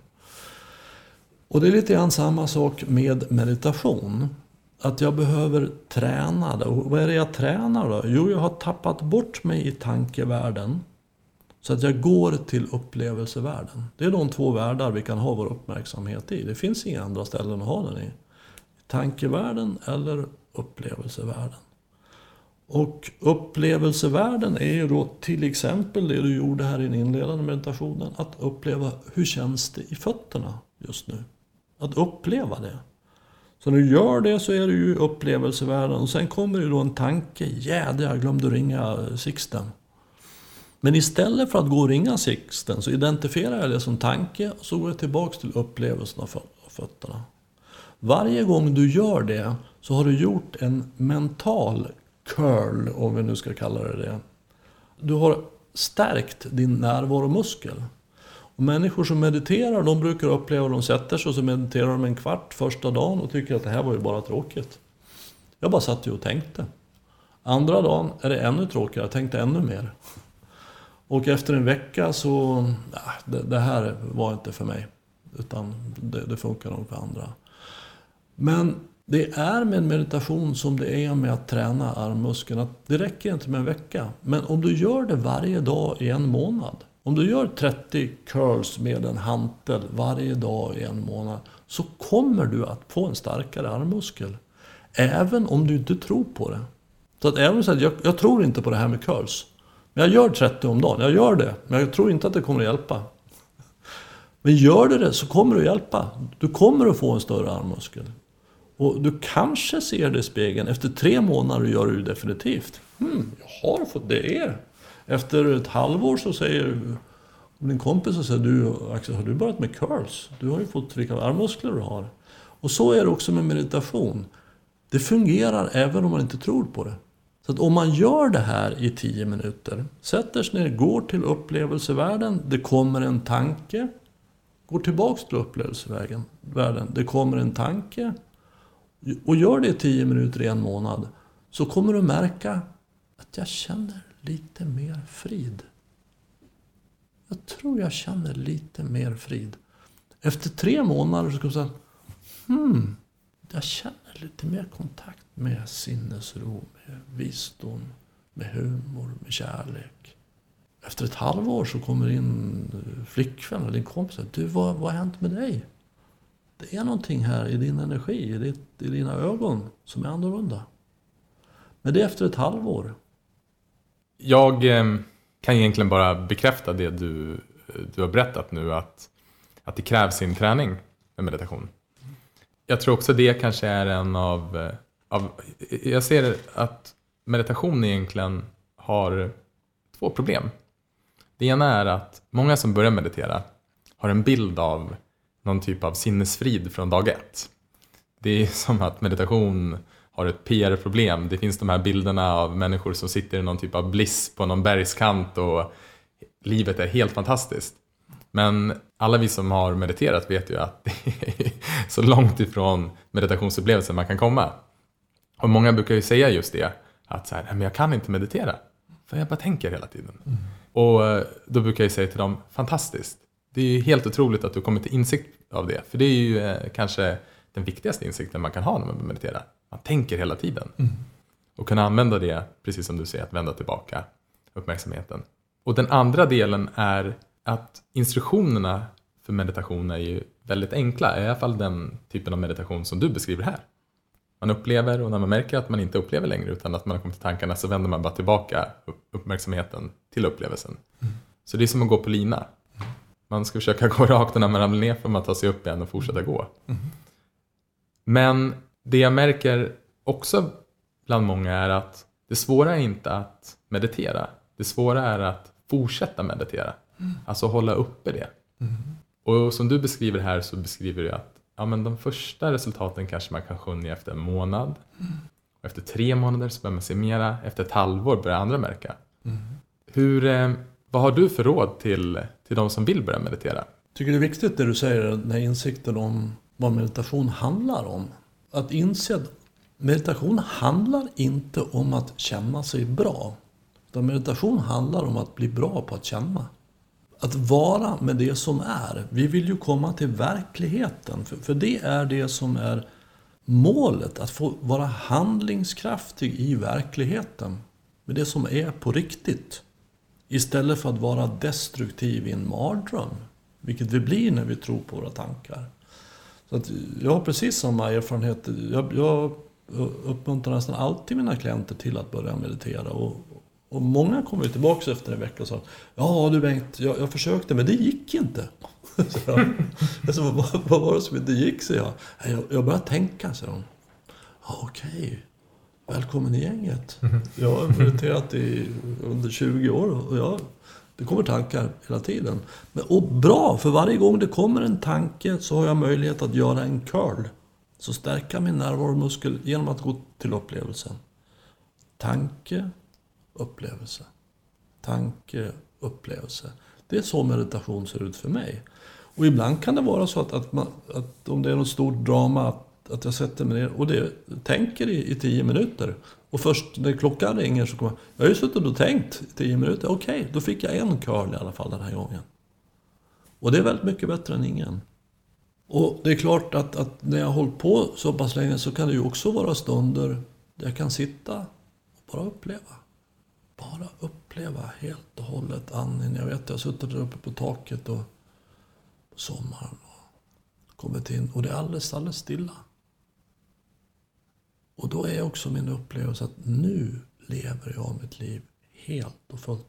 Och det är lite grann samma sak med meditation. Att jag behöver träna det. Och vad är det jag tränar då? Jo, jag har tappat bort mig i tankevärlden. Så att jag går till upplevelsevärlden. Det är de två världar vi kan ha vår uppmärksamhet i. Det finns inga andra ställen att ha den i. Tankevärlden eller upplevelsevärlden. Och upplevelsevärlden är ju då till exempel det du gjorde här i den inledande meditationen. Att uppleva hur känns det i fötterna just nu. Att uppleva det. Så när du gör det så är du ju i upplevelsevärlden. Och sen kommer det då en tanke. Jädrar, jag glömde ringa Sixten. Men istället för att gå och ringa Sixten så identifierar jag det som tanke. Och så går jag tillbaka till upplevelsen av fötterna. Varje gång du gör det så har du gjort en mental curl, om vi nu ska kalla det det. Du har stärkt din närvaromuskel. Och människor som mediterar, de brukar uppleva att de sätter sig och så mediterar de en kvart första dagen och tycker att det här var ju bara tråkigt. Jag bara satt ju och tänkte. Andra dagen är det ännu tråkigare, jag tänkte ännu mer. Och efter en vecka så, nej, det, det här var inte för mig. Utan det, det funkar nog för andra. Men det är med meditation som det är med att träna armmuskeln. Att det räcker inte med en vecka. Men om du gör det varje dag i en månad. Om du gör trettio curls med en hantel varje dag i en månad. Så kommer du att få en starkare armmuskel. Även om du inte tror på det. Så att även så att jag, jag tror inte på det här med curls. Men jag gör trettio om dagen. Jag gör det. Men jag tror inte att det kommer att hjälpa. Men gör du det så kommer det att hjälpa. Du kommer att få en större armmuskel. Och du kanske ser det i spegeln. Efter tre månader gör du definitivt. Hmm, jag har fått det. Efter ett halvår så säger din kompis och säger du, Axel, har du börjat med curls? Du har ju fått vilka armmuskler du har. Och så är det också med meditation. Det fungerar även om man inte tror på det. Så att om man gör det här i tio minuter, sätter sig ner, går till upplevelsevärlden, det kommer en tanke, går tillbaks till upplevelsevärlden, det kommer en tanke och gör det i tio minuter i en månad, så kommer du märka att jag känner lite mer frid. Jag tror jag känner lite mer frid. Efter tre månader så ska du säga, hmm, jag känner lite mer kontakt med sinnesro, med visdom, med humor, med kärlek. Efter ett halvår så kommer din flickvän eller din kompis och säger, du, vad, vad har hänt med dig? Det är någonting här i din energi, i, ditt, i dina ögon som är annorlunda. Men det är efter ett halvår. Jag eh, kan egentligen bara bekräfta det du, du har berättat nu, att, att det krävs sin träning med meditation. Jag tror också det kanske är en av, av... Jag ser att meditation egentligen har två problem. Det ena är att många som börjar meditera har en bild av någon typ av sinnesfrid från dag ett. Det är som att meditation har ett P R-problem. Det finns de här bilderna av människor som sitter i någon typ av bliss på någon bergskant och livet är helt fantastiskt. Men alla vi som har mediterat vet ju att det är så långt ifrån meditationsupplevelsen man kan komma. Och många brukar ju säga just det, att så här, men jag kan inte meditera, för jag bara tänker hela tiden. Mm. Och då brukar jag säga till dem, fantastiskt. Det är ju helt otroligt att du kommer till insikt av det. För det är ju eh, kanske den viktigaste insikten man kan ha när man mediterar. Man tänker hela tiden. Mm. Och kunna använda det, precis som du säger, att vända tillbaka uppmärksamheten. Och den andra delen är att instruktionerna för meditation är ju väldigt enkla. I alla fall den typen av meditation som du beskriver här. Man upplever, och när man märker att man inte upplever längre utan att man har kommit till tankarna, så vänder man bara tillbaka uppmärksamheten till upplevelsen. Mm. Så det är som att gå på lina. Man ska försöka gå rakt, och när man ramlar ner får man ta sig upp igen och fortsätta gå. Mm. Men det jag märker också bland många är att det svåra är inte att meditera. Det svåra är att fortsätta meditera. Mm. Alltså hålla uppe det. Mm. Och som du beskriver här, så beskriver du att ja, men de första resultaten kanske man kan skönja efter en månad. Mm. Och efter tre månader så börjar man se mera. Efter ett halvår börjar andra märka. Mm. Hur, eh, vad har du för råd till, till de som vill börja meditera? Jag tycker det är viktigt det du säger, den här insikten om vad meditation handlar om. Att inse att meditation handlar inte om att känna sig bra. Utan meditation handlar om att bli bra på att känna. Att vara med det som är. Vi vill ju komma till verkligheten. För, för det är det som är målet. Att få vara handlingskraftig i verkligheten. Med det som är på riktigt. Istället för att vara destruktiv i en mardröm. Vilket vi blir när vi tror på våra tankar. Så att jag har precis samma erfarenhet. Jag, jag uppmuntrar nästan alltid mina klienter till att börja meditera. Och, och många kommer tillbaka efter en vecka och sa, ja du Bengt, jag, jag försökte men det gick inte. Så jag, alltså, vad, vad var det som inte gick, så jag. Jag, jag började tänka, så de. Ja, okej, välkommen i gänget. Jag har mediterat i, under tjugo år och jag, det kommer tankar hela tiden. Men, och bra, för varje gång det kommer en tanke så har jag möjlighet att göra en curl. Så stärka min närvaromuskel genom att gå till upplevelsen. Tanke, upplevelse. Tanke, upplevelse. Det är så meditation ser ut för mig. Och ibland kan det vara så att, att, man, att om det är något stort drama att, att jag sätter mig ner och det tänker i, i tio minuter. Och först när klockan ringer så kommer jag, jag har ju suttit och tänkt i tio minuter. Okej, okay, då fick jag en curl i alla fall den här gången. Och det är väldigt mycket bättre än ingen. Och det är klart att, att när jag har hållit på så pass länge så kan det ju också vara stunder där jag kan sitta och bara uppleva. Bara uppleva helt och hållet andningen. Jag vet, jag har suttit där uppe på taket och på sommaren och kommit in. Och det är alldeles, alldeles stilla. Och då är också min upplevelse att nu lever jag mitt liv helt och fullt.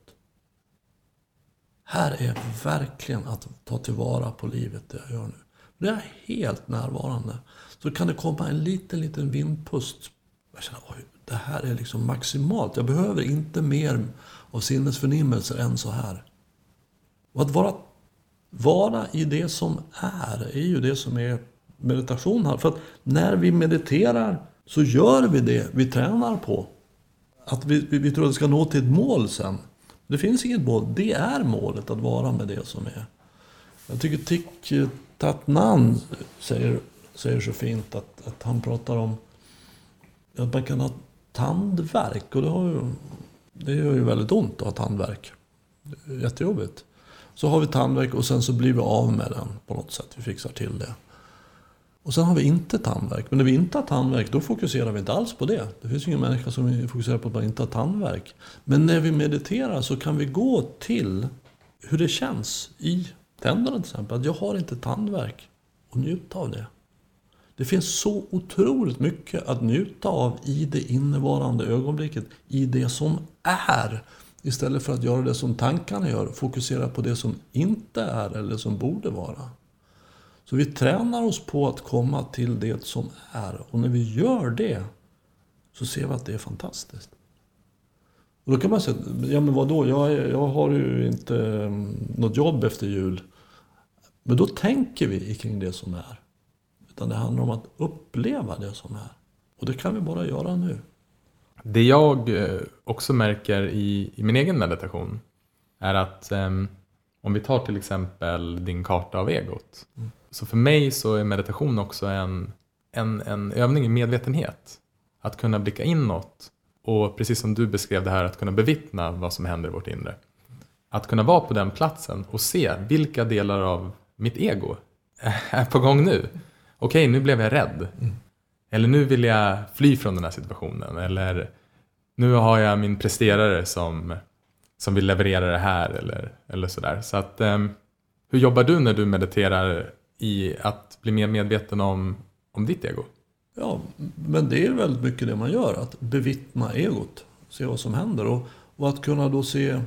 Här är verkligen att ta tillvara på livet det jag gör nu. Det är helt närvarande. Så kan det komma en liten, liten vindpust. Jag känner, oj, det här är liksom maximalt. Jag behöver inte mer av sinnesförnimmelser än så här. Och att vara, vara i det som är, är ju det som är meditation här. För att när vi mediterar så gör vi det vi tränar på. Att vi, vi, vi tror att det ska nå till ett mål sen. Det finns inget mål. Det är målet att vara med det som är. Jag tycker Thich Nhat Hanh säger, säger så fint att, att han pratar om att man kan ha tandvärk. Och det, har ju, det gör ju väldigt ont att ha tandvärk. Det är jättejobbigt. Så har vi tandvärk och sen så blir vi av med den på något sätt. Vi fixar till det. Och sen har vi inte tandvärk. Men när vi inte har tandvärk, då fokuserar vi inte alls på det. Det finns ju ingen människa som fokuserar på att man inte har tandvärk. Men när vi mediterar så kan vi gå till hur det känns i tänderna till exempel. Att jag har inte tandvärk och njuta av det. Det finns så otroligt mycket att njuta av i det innevarande ögonblicket. I det som är. Istället för att göra det som tankarna gör. Fokusera på det som inte är eller som borde vara. Så vi tränar oss på att komma till det som är. Och när vi gör det så ser vi att det är fantastiskt. Och då kan man säga, ja men vadå, jag, jag har ju inte något jobb efter jul. Men då tänker vi kring det som är. Utan det handlar om att uppleva det som är. Och det kan vi bara göra nu. Det jag också märker i, i min egen meditation är att um, om vi tar till exempel din karta av egot. Mm. Så för mig så är meditation också en, en, en övning i medvetenhet. Att kunna blicka inåt. Och precis som du beskrev det här, att kunna bevittna vad som händer i vårt inre. Att kunna vara på den platsen och se vilka delar av mitt ego är på gång nu. Okej, nu blev jag rädd. Mm. Eller nu vill jag fly från den här situationen. Eller nu har jag min presterare som, som vill leverera det här. Eller, eller sådär. Så att, um, hur jobbar du när du mediterar i att bli mer medveten om, om ditt ego? Ja, men det är väldigt mycket det man gör. Att bevittna egot. Se vad som händer. Och, och att kunna då se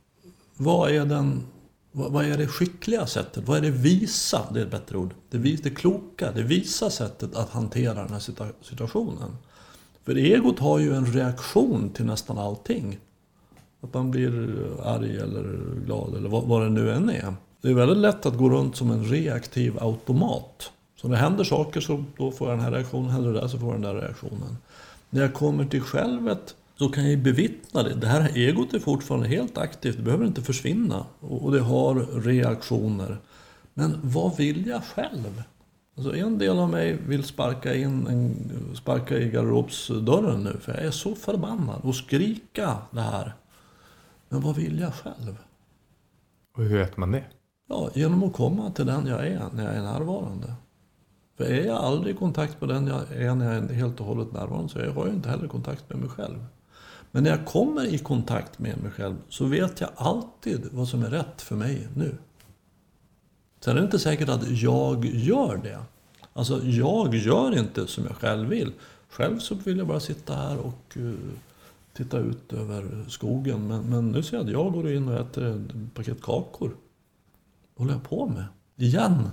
vad är, den, vad, vad är det skickliga sättet? Vad är det visa? Det är ett bättre ord. Det, vis, det kloka, det visa sättet att hantera den här situationen. För egot har ju en reaktion till nästan allting. Att man blir arg eller glad eller vad, vad det nu än är. Det är väldigt lätt att gå runt som en reaktiv automat. Så när det händer saker så då får jag den här reaktionen, händer det där så får jag den där reaktionen. När jag kommer till självet så kan jag bevittna det. Det här egot är fortfarande helt aktivt, det behöver inte försvinna. Och det har reaktioner. Men vad vill jag själv? Alltså en del av mig vill sparka in en, sparka i garderobsdörren nu. För jag är så förbannad och skrika det här. Men vad vill jag själv? Och hur vet man det? Ja, genom att komma till den jag är när jag är närvarande. För är jag aldrig i kontakt med den jag är när jag är helt och hållet närvarande så jag har jag inte heller kontakt med mig själv. Men när jag kommer i kontakt med mig själv så vet jag alltid vad som är rätt för mig nu. Sen är det inte säkert att jag gör det. Alltså jag gör inte som jag själv vill. Själv så vill jag bara sitta här och uh, titta ut över skogen. Men, men nu ser jag att jag går in och äter en paket kakor. Vad håller jag på med? Igen.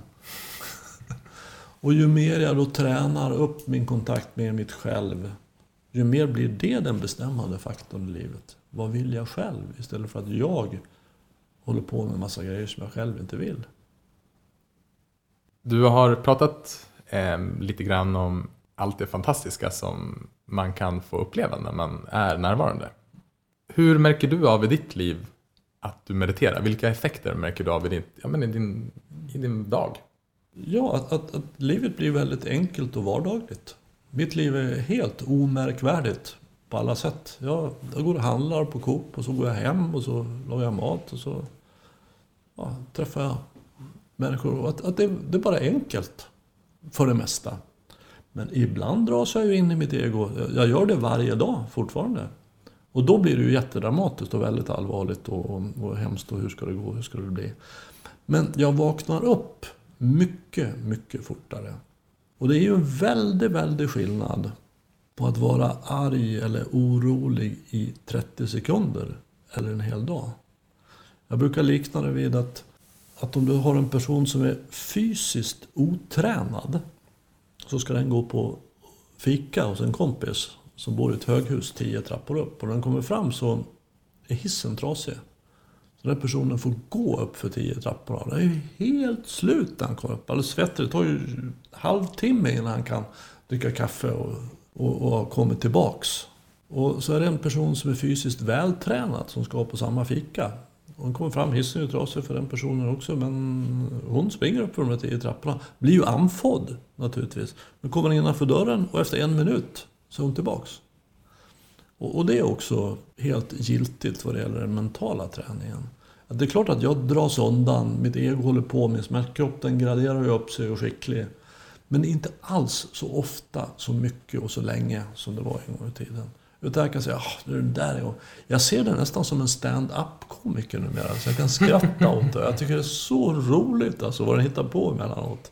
Och ju mer jag då tränar upp min kontakt med mitt själv, ju mer blir det den bestämmande faktorn i livet. Vad vill jag själv? Istället för att jag håller på med en massa grejer som jag själv inte vill. Du har pratat eh, lite grann om allt det fantastiska som man kan få uppleva när man är närvarande. Hur märker du av i ditt liv att du mediterar? Vilka effekter märker du av i din, ja, men i din, i din dag? Ja, att, att, att livet blir väldigt enkelt och vardagligt. Mitt liv är helt omärkvärdigt på alla sätt. Jag, jag går och handlar på Coop och så går jag hem och så lagar jag mat och så ja, träffar jag människor. Att, att det, det är bara enkelt för det mesta. Men ibland dras jag ju in i mitt ego. Jag gör det varje dag fortfarande. Och då blir det ju jättedramatiskt och väldigt allvarligt och, och, och hemskt och hur ska det gå, hur ska det bli. Men jag vaknar upp mycket, mycket fortare. Och det är ju en väldigt, väldigt skillnad på att vara arg eller orolig i trettio sekunder eller en hel dag. Jag brukar likna det vid att, att om du har en person som är fysiskt otränad så ska den gå på fika hos en kompis som bor i ett höghus tio trappor upp. Och när den kommer fram så är hissen trasig. Så den personen får gå upp för tio trappor. Det är ju helt slut när han kommer upp. Alldeles svettigt. Det tar ju en halvtimme innan han kan dricka kaffe och, och, och komma tillbaks. Och så är det en person som är fysiskt vältränad som ska på samma fika. Och hon kommer fram, hissen är ju trasig för den personen också. Men hon springer upp för de här tio trapporna. Blir ju anfodd naturligtvis. Nu kommer hon innanför dörren och efter en minut så är hon tillbaks. Och, och det är också helt giltigt vad det gäller den mentala träningen. Att det är klart att jag dras undan. Mitt ego håller på, min smärtkropp den graderar ju upp sig och skicklig. Men inte alls så ofta, så mycket och så länge som det var en gång i tiden. Utan jag kan säga, ah, det är det där. Jag ser det nästan som en stand-up-komiker numera. Så jag kan skratta åt det. Jag tycker det är så roligt alltså, vad den hittar på emellanåt.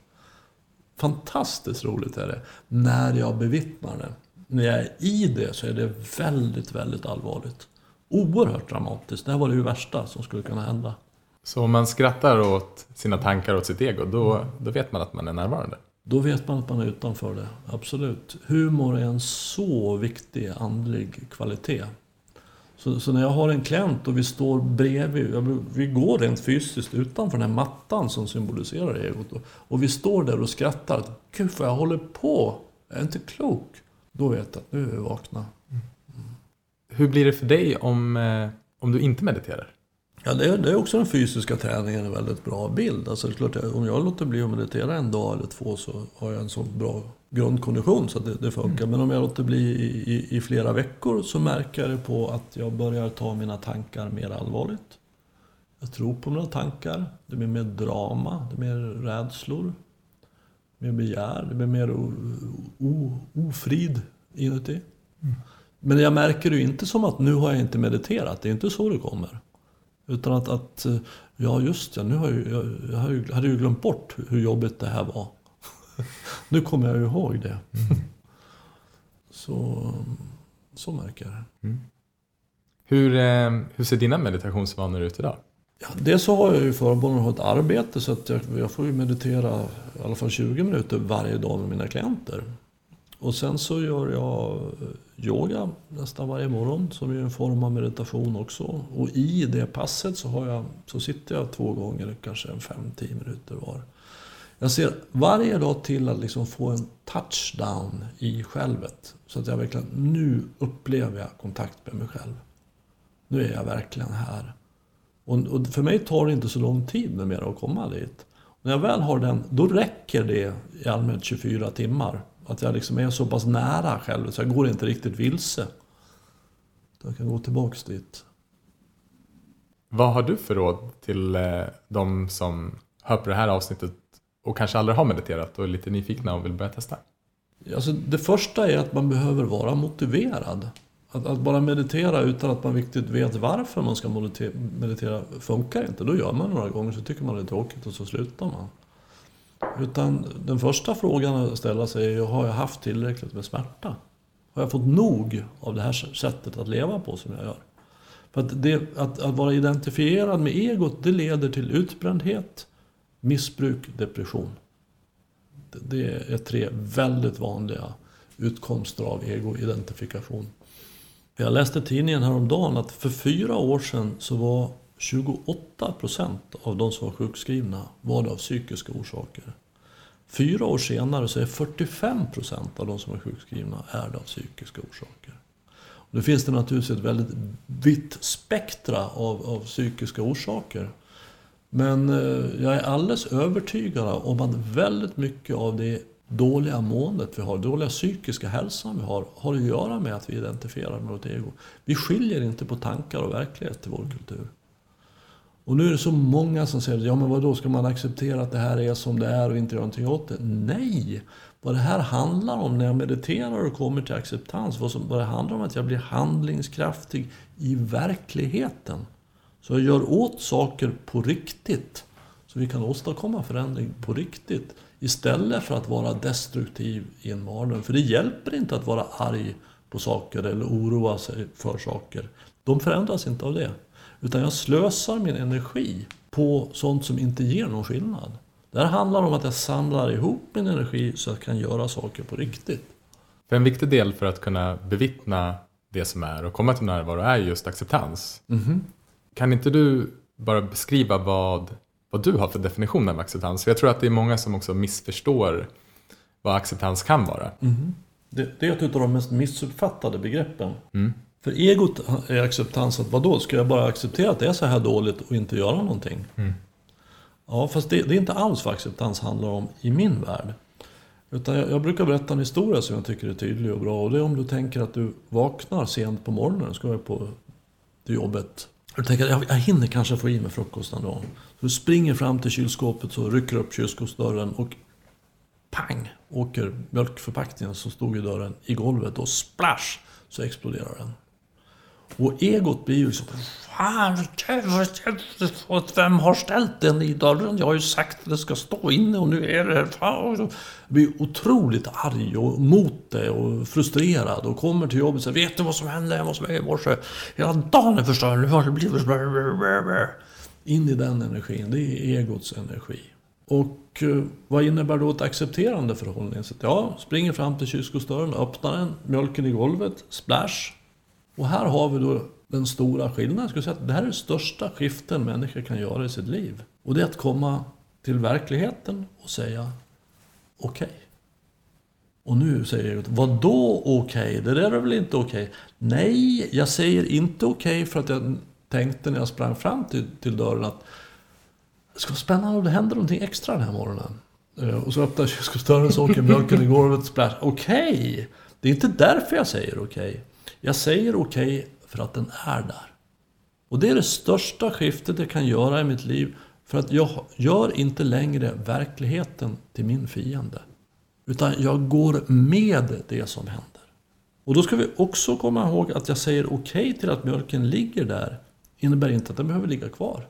Fantastiskt roligt är det. När jag bevittnar det. När jag är i det så är det väldigt, väldigt allvarligt. Oerhört dramatiskt. Det här var det ju värsta som skulle kunna hända. Så om man skrattar åt sina tankar, åt sitt ego, då, då vet man att man är närvarande? Då vet man att man är utanför det, absolut. Humor är en så viktig andlig kvalitet. Så, så när jag har en klient och vi står bredvid, vi går rent fysiskt utanför den här mattan som symboliserar egot. Och, och vi står där och skrattar. Gud vad jag håller på, jag är inte klok. Då vet jag att nu är vi vakna. Mm. Hur blir det för dig om, eh, om du inte mediterar? Ja, det är, det är också den fysiska träningen en väldigt bra bild. Alltså, det är klart, om jag låter bli att meditera en dag eller två så har jag en så bra grundkondition så att det, det funkar. Mm. Men om jag låter bli i, i, i flera veckor så märker jag på att jag börjar ta mina tankar mer allvarligt. Jag tror på mina tankar. Det blir mer drama, det blir mer rädslor, mer begär, det blir mer o, o, ofrid inuti. Mm. Men jag märker det ju inte som att nu har jag inte mediterat. Det är inte så det kommer. Utan att, att ja just det, nu har jag, jag, har ju, hade ju glömt bort hur jobbigt det här var. Nu kommer jag ju ihåg det. Mm. så, så märker jag det. Mm. Hur, eh, hur ser dina meditationsvanor ut idag? Ja, det så har jag ju förmånen att ha ett arbete så att jag, jag får ju meditera i alla fall tjugo minuter varje dag med mina klienter. Och sen så gör jag yoga nästan varje morgon som är en form av meditation också. Och i det passet så, har jag, så sitter jag två gånger, kanske en fem till tio minuter var. Jag ser varje dag till att liksom få en touchdown i självet. Så att jag verkligen, nu upplever jag kontakt med mig själv. Nu är jag verkligen här. Och, och för mig tar det inte så lång tid med mer att komma dit. När jag väl har den, då räcker det i allmänhet tjugofyra timmar. Att jag liksom är så pass nära själv så jag går inte riktigt vilse. Jag kan gå tillbaks dit. Vad har du för råd till eh, de som hör på det här avsnittet och kanske aldrig har mediterat och är lite nyfikna och vill börja testa? Alltså, det första är att man behöver vara motiverad. Att, att bara meditera utan att man riktigt vet varför man ska meditera, meditera funkar inte. Då gör man några gånger så tycker man det är tråkigt och så slutar man. Utan den första frågan att ställa sig är, har jag haft tillräckligt med smärta? Har jag fått nog av det här sättet att leva på som jag gör? För att, det, att, att vara identifierad med egot, det leder till utbrändhet, missbruk, depression. Det, det är tre väldigt vanliga utkomster av egoidentifikation. Jag läste tidningen häromdagen att för fyra år sedan så var tjugoåtta procent av de som var sjukskrivna var det av psykiska orsaker. Fyra år senare så är fyrtiofem procent av de som är sjukskrivna är det av psykiska orsaker. Och det finns det naturligtvis ett väldigt vitt spektra av, av psykiska orsaker. Men eh, jag är alldeles övertygad om att väldigt mycket av det dåliga måendet vi har, dåliga psykiska hälsan vi har, har att göra med att vi identifierar med vårt ego. Vi skiljer inte på tankar och verklighet i vår kultur. Och nu är det så många som säger, ja men vad då ska man acceptera att det här är som det är och inte göra någonting åt det? Nej! Vad det här handlar om när jag mediterar och kommer till acceptans, vad, som, vad det handlar om att jag blir handlingskraftig i verkligheten. Så jag gör åt saker på riktigt. Så vi kan åstadkomma förändring på riktigt. Istället för att vara destruktiv i en mardröm. För det hjälper inte att vara arg på saker eller oroa sig för saker. De förändras inte av det. Utan jag slösar min energi på sånt som inte ger någon skillnad. Det här handlar om att jag samlar ihop min energi så att jag kan göra saker på riktigt. För en viktig del för att kunna bevittna det som är och komma till närvaro är just acceptans. Mm-hmm. Kan inte du bara beskriva vad, vad du har för definition av acceptans? För jag tror att det är många som också missförstår vad acceptans kan vara. Mm-hmm. Det, det är ett av de mest missuppfattade begreppen. Mm. För egot är acceptans att vadå? Ska jag bara acceptera att det är så här dåligt och inte göra någonting? Mm. Ja, fast det, det är inte alls vad acceptans handlar om i min värld. Utan jag, jag brukar berätta en historia som jag tycker är tydlig och bra. Och det är om du tänker att du vaknar sent på morgonen, ska jag på till jobbet. Och du tänker att jag, jag hinner kanske få i mig frukosten då. Så du springer fram till kylskåpet och rycker upp kylskåpsdörren och pang, åker mjölkförpackningen som stod i dörren i golvet och splash så exploderar den. Och egot blir ju så, fan, vem har ställt den i dörren? Jag har ju sagt att det ska stå inne och nu är det, fan. Jag blir otroligt arg och mot det och frustrerad och kommer till jobbet och säger, vet du vad som hände? Jag måste vara i morse. Hela dagen är förstörd, nu har det blivit in i den energin, det är egots energi. Och vad innebär då ett accepterande förhållningssätt? Ja, springer fram till kylskåpsdörren, öppnar den, mjölken i golvet, splash. Och här har vi då den stora skillnaden. Jag skulle säga att det här är det största skiften människor kan göra i sitt liv. Och det är att komma till verkligheten och säga okej. Okay. Och nu säger jag, vad då okej? Okay? Det där är väl inte okej? Okay? Nej, jag säger inte okej okay för att jag tänkte när jag sprang fram till, till dörren att det ska vara spännande om det händer någonting extra den här morgonen. Och så öppnar kylskåpsdörren så åker mjölken i golvet, splash. Okej, okay. Det är inte därför jag säger okej. Okay. Jag säger okej okay för att den är där. Och det är det största skiftet jag kan göra i mitt liv. För att jag gör inte längre verkligheten till min fiende. Utan jag går med det som händer. Och då ska vi också komma ihåg att jag säger okej okay till att mjölken ligger där. Innebär inte att den behöver ligga kvar.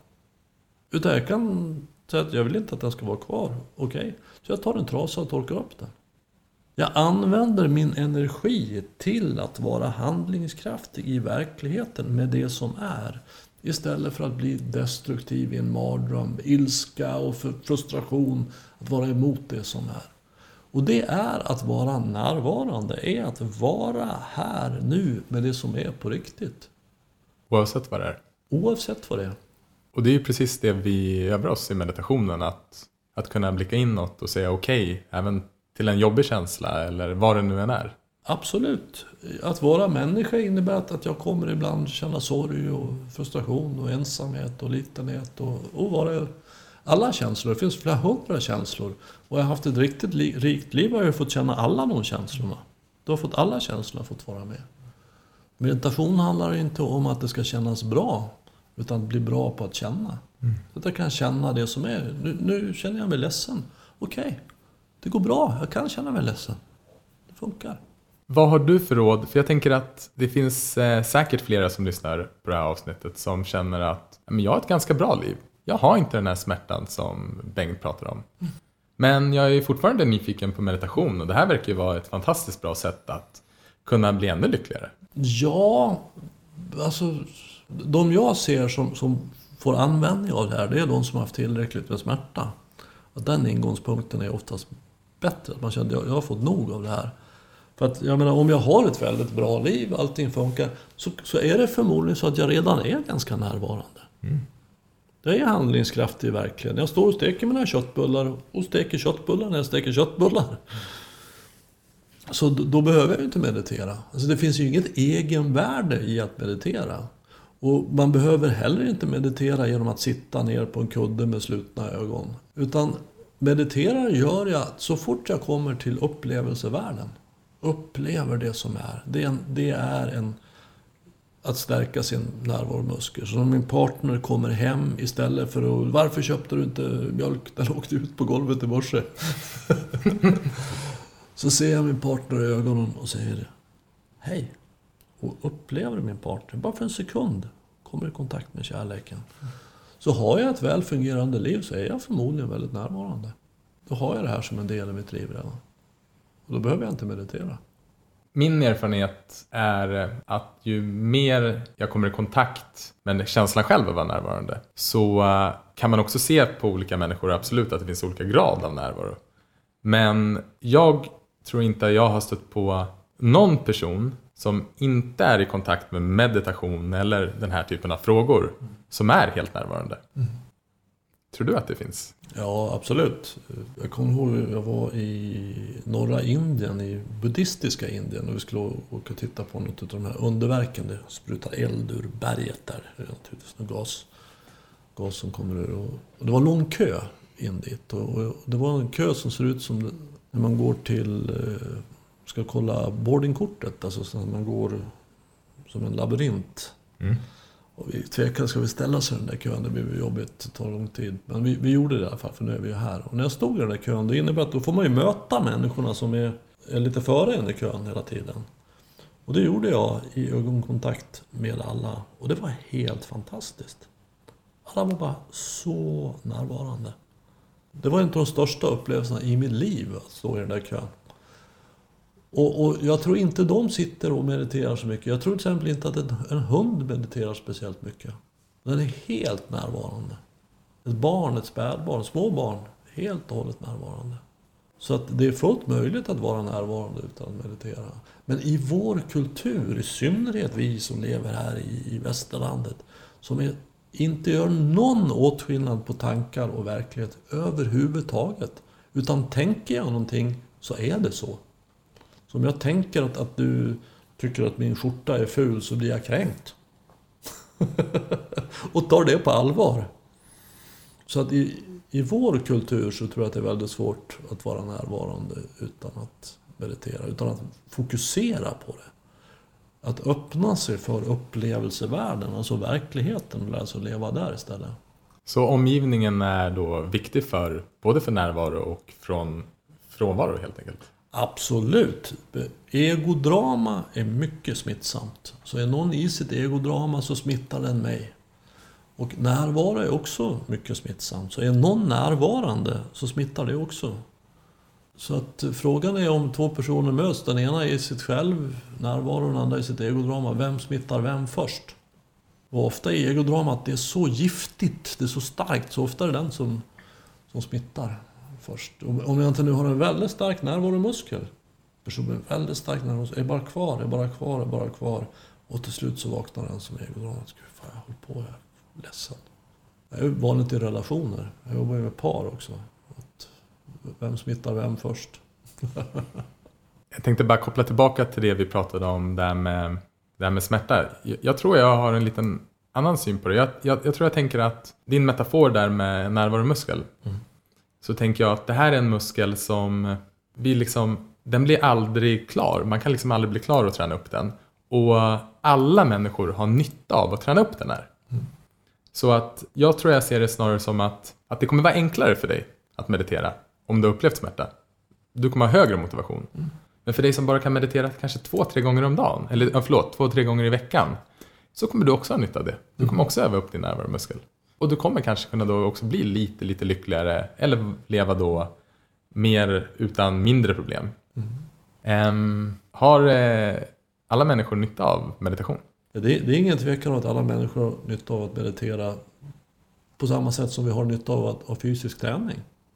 Utan jag kan säga att jag vill inte att den ska vara kvar. Okej, okay. Så jag tar en trasa och torkar upp den. Jag använder min energi till att vara handlingskraftig i verkligheten med det som är. Istället för att bli destruktiv i en mardröm, ilska och frustration. Att vara emot det som är. Och det är att vara närvarande. Är att vara här nu med det som är på riktigt. Oavsett vad det är. Oavsett vad det är. Och det är ju precis det vi övar oss i meditationen. Att, att kunna blicka inåt och säga okej. Okay, även till en jobbig känsla eller vad det nu än är. Absolut. Att vara människa innebär att jag kommer ibland känna sorg och frustration och ensamhet och litenhet och, och vara alla känslor. Det finns flera hundra känslor. Och jag har haft ett riktigt li- rikt liv och jag har fått känna alla de känslorna. Du har fått alla känslorna fått vara med. Meditation handlar inte om att det ska kännas bra utan att bli bra på att känna. Mm. Så att jag kan känna det som är. Nu, nu känner jag mig ledsen. Okej. Okay. Det går bra, jag kan känna mig ledsen. Det funkar. Vad har du för råd? För jag tänker att det finns eh, säkert flera som lyssnar på det här avsnittet som känner att men jag har ett ganska bra liv. Jag har inte den här smärtan som Bengt pratar om. Mm. Men jag är fortfarande nyfiken på meditation och det här verkar ju vara ett fantastiskt bra sätt att kunna bli ännu lyckligare. Ja, alltså de jag ser som, som får användning av det här, det är de som har haft tillräckligt med smärta. Att den ingångspunkten är oftast bättre. Att man känner att jag har fått nog av det här. För att jag menar, om jag har ett väldigt bra liv, allting funkar, så, så är det förmodligen så att jag redan är ganska närvarande. Mm. Det är handlingskraftig verkligen. Jag står och steker mina köttbullar och steker köttbullar när jag steker köttbullar. Mm. Så då, då behöver jag inte meditera. Alltså det finns ju inget egenvärde i att meditera. Och man behöver heller inte meditera genom att sitta ner på en kudde med slutna ögon. Utan mediterar gör jag så fort jag kommer till upplevelsevärlden. Upplever det som är. Det är en, det är en att stärka sin närvaromuskel. Så om min partner kommer hem istället för att... Varför köpte du inte mjölk? Den åkte ut på golvet i morse. Så ser jag min partner i ögonen och säger hej. Och upplever min partner, bara för en sekund, kommer i kontakt med kärleken. Så har jag ett väl fungerande liv så är jag förmodligen väldigt närvarande. Då har jag det här som en del i mitt liv redan. Och då behöver jag inte meditera. Min erfarenhet är att ju mer jag kommer i kontakt med känslan själv att vara närvarande, så kan man också se på olika människor absolut att det finns olika grad av närvaro. Men jag tror inte att jag har stött på någon person som inte är i kontakt med meditation eller den här typen av frågor som är helt närvarande. Mm. Tror du att det finns? Ja, absolut. Jag kommer ihåg jag var i norra Indien, i buddhistiska Indien, och vi skulle åka och titta på något av de här underverken. Det sprutar eld ur berget där. Det är naturligtvis någon gas, gas som kommer ur. Och, och det var lång kö in dit. Och, och det var en kö som ser ut som det, när man går till, eh, ska kolla boardingkortet. Alltså så när man går som en labyrint. Mm. Och vi tvekade, ska vi ställa oss i den där kön? Det blir jobbigt, det tar lång tid. Men vi, vi gjorde det i alla fall, för nu är vi här. Och när jag stod i den där kön, det innebär att då får man ju möta människorna som är, är lite före den där kön hela tiden. Och det gjorde jag i ögonkontakt med alla. Och det var helt fantastiskt. Alla var bara så närvarande. Det var en av de största upplevelserna i mitt liv att stå i den där kön. Och, och jag tror inte de sitter och mediterar så mycket. Jag tror till exempel inte att en, en hund mediterar speciellt mycket. Den är helt närvarande. Ett barn, ett spädbarn, små barn, helt och hållet närvarande. Så att det är fullt möjligt att vara närvarande utan att meditera. Men i vår kultur, i synnerhet vi som lever här i, i västerlandet, som är, inte gör någon åtskillnad på tankar och verklighet överhuvudtaget. Utan tänker jag någonting så är det så. Så om jag tänker att, att du tycker att min skjorta är ful så blir jag kränkt. Och tar det på allvar. Så att i, i vår kultur så tror jag att det är väldigt svårt att vara närvarande utan att meditera. Utan att fokusera på det. Att öppna sig för upplevelsevärlden, alltså verkligheten, och alltså leva där istället. Så omgivningen är då viktig för både för närvaro och från frånvaro helt enkelt? Absolut. Egodrama är mycket smittsamt. Så är någon i sitt egodrama så smittar den mig. Och närvaro är också mycket smittsamt. Så är någon närvarande så smittar det också. Så att frågan är om två personer möts. Den ena är i sitt själv närvaro, den andra i sitt egodrama. Vem smittar vem först? Och ofta är egodrama att det är så giftigt, det är så starkt. Så ofta är det den som, som smittar först. Om jag inte nu har en väldigt stark närvaromuskel, personen är väldigt stark närvaromuskel, är bara kvar, är bara kvar, är bara kvar. Och till slut så vaknar den som egodramat. Gud, fan, jag håller på, jag är ledsen. Jag är vanligt i relationer. Jag jobbar ju med par också. Att vem smittar vem först? Jag tänkte bara koppla tillbaka till det vi pratade om där med, där med smärta. Jag, jag tror jag har en liten annan syn på det. Jag, jag, jag tror jag tänker att din metafor där med närvaromuskel, mm. så tänker jag att det här är en muskel som vi liksom, den blir aldrig klar. Man kan liksom aldrig bli klar att träna upp den. Och alla människor har nytta av att träna upp den här. Mm. Så att jag tror jag ser det snarare som att, att det kommer vara enklare för dig att meditera om du har upplevt smärta. Du kommer ha högre motivation. Mm. Men för dig som bara kan meditera kanske två, tre gånger om dagen, eller ja, förlåt, två, tre gånger i veckan, så kommer du också ha nytta av det. Du kommer också öva upp din närvaromuskel. Och du kommer kanske kunna då också bli lite, lite lyckligare, eller leva då mer utan mindre problem. Mm. Um, har eh, alla människor nytta av meditation? Det, det är ingen tvekan om att alla människor har nytta av att meditera på samma sätt som vi har nytta av att ha fysisk träning.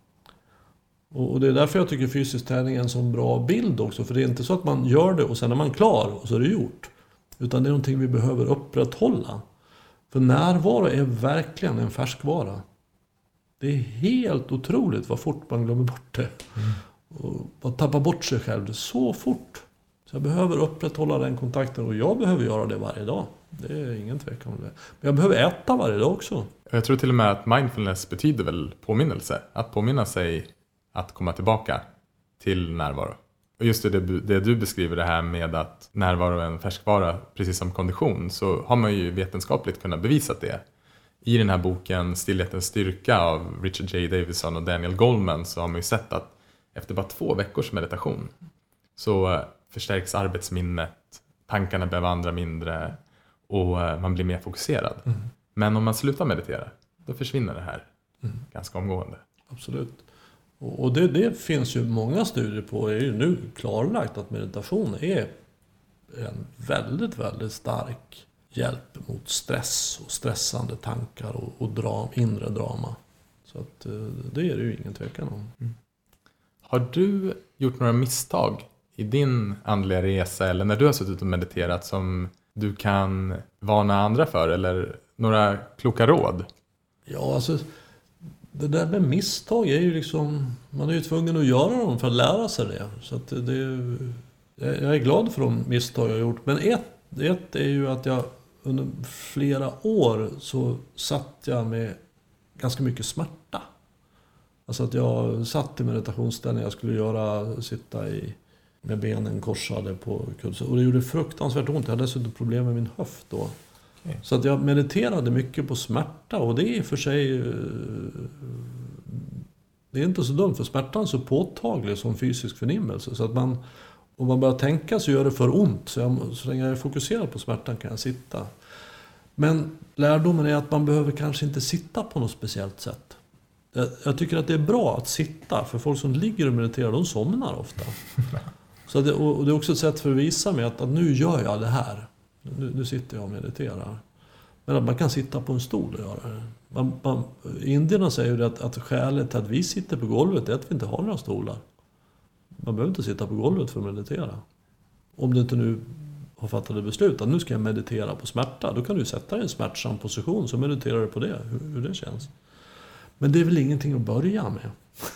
Och, och det är därför jag tycker fysisk träning är en så bra bild också. För det är inte så att man gör det och sen är man klar och så är det gjort. Utan det är någonting vi behöver upprätthålla. För närvaro är verkligen en färskvara. Det är helt otroligt vad fort man glömmer bort det. Mm. Och man tappar bort sig själv så fort. Så jag behöver upprätthålla den kontakten. Och jag behöver göra det varje dag. Det är ingen tvekan om det. Men jag behöver äta varje dag också. Jag tror till och med att mindfulness betyder väl påminnelse. Att påminna sig att komma tillbaka till närvaro. Och just det, det du beskriver det här med att närvaro är en färskvara, precis som kondition, så har man ju vetenskapligt kunnat bevisa det. I den här boken Stillhetens styrka av Richard J. Davidson och Daniel Goleman så har man ju sett att efter bara två veckors meditation så förstärks arbetsminnet, tankarna börjar vandra mindre och man blir mer fokuserad. Mm. Men om man slutar meditera, då försvinner det här mm. ganska omgående. Absolut. Och det, det finns ju många studier på, är ju nu klarlagt att meditation är en väldigt, väldigt stark hjälp mot stress och stressande tankar och, och dra, inre drama. Så att det är det ju ingen tvekan om. Mm. Har du gjort några misstag i din andliga resa eller när du har suttit och mediterat som du kan varna andra för, eller några kloka råd? Ja, alltså det där med misstag är ju liksom, man är ju tvungen att göra dem för att lära sig det. Så att det, jag är glad för de misstag jag har gjort. Men ett, ett är ju att jag under flera år så satt jag med ganska mycket smärta. Alltså att jag satt i meditationsställning, jag skulle göra, sitta i, med benen korsade på kulsen. Och det gjorde fruktansvärt ont, jag hade dessutom problem med min höft då. Okay. Så att jag mediterade mycket på smärta, och det är för sig, det är inte så dumt, för smärtan är så påtaglig som fysisk förnimmelse. Så att man, om man börjar tänka så gör det för ont. Så, jag, så länge jag är fokuserad på smärtan kan jag sitta. Men lärdomen är att man behöver kanske inte sitta på något speciellt sätt. Jag, jag tycker att det är bra att sitta, för folk som ligger och mediterar, de somnar ofta. Så det, och det är också ett sätt för att visa mig att, att nu gör jag det här. Nu, nu sitter jag och mediterar. Men att man kan sitta på en stol och göra det. Man, man, indierna säger ju att, att skälet till att vi sitter på golvet är att vi inte har några stolar. Man behöver inte sitta på golvet för att meditera. Om du inte nu har fattat beslut att nu ska jag meditera på smärta, då kan du sätta dig i en smärtsam position, så mediterar du på det, hur, hur det känns. Men det är väl ingenting att börja med.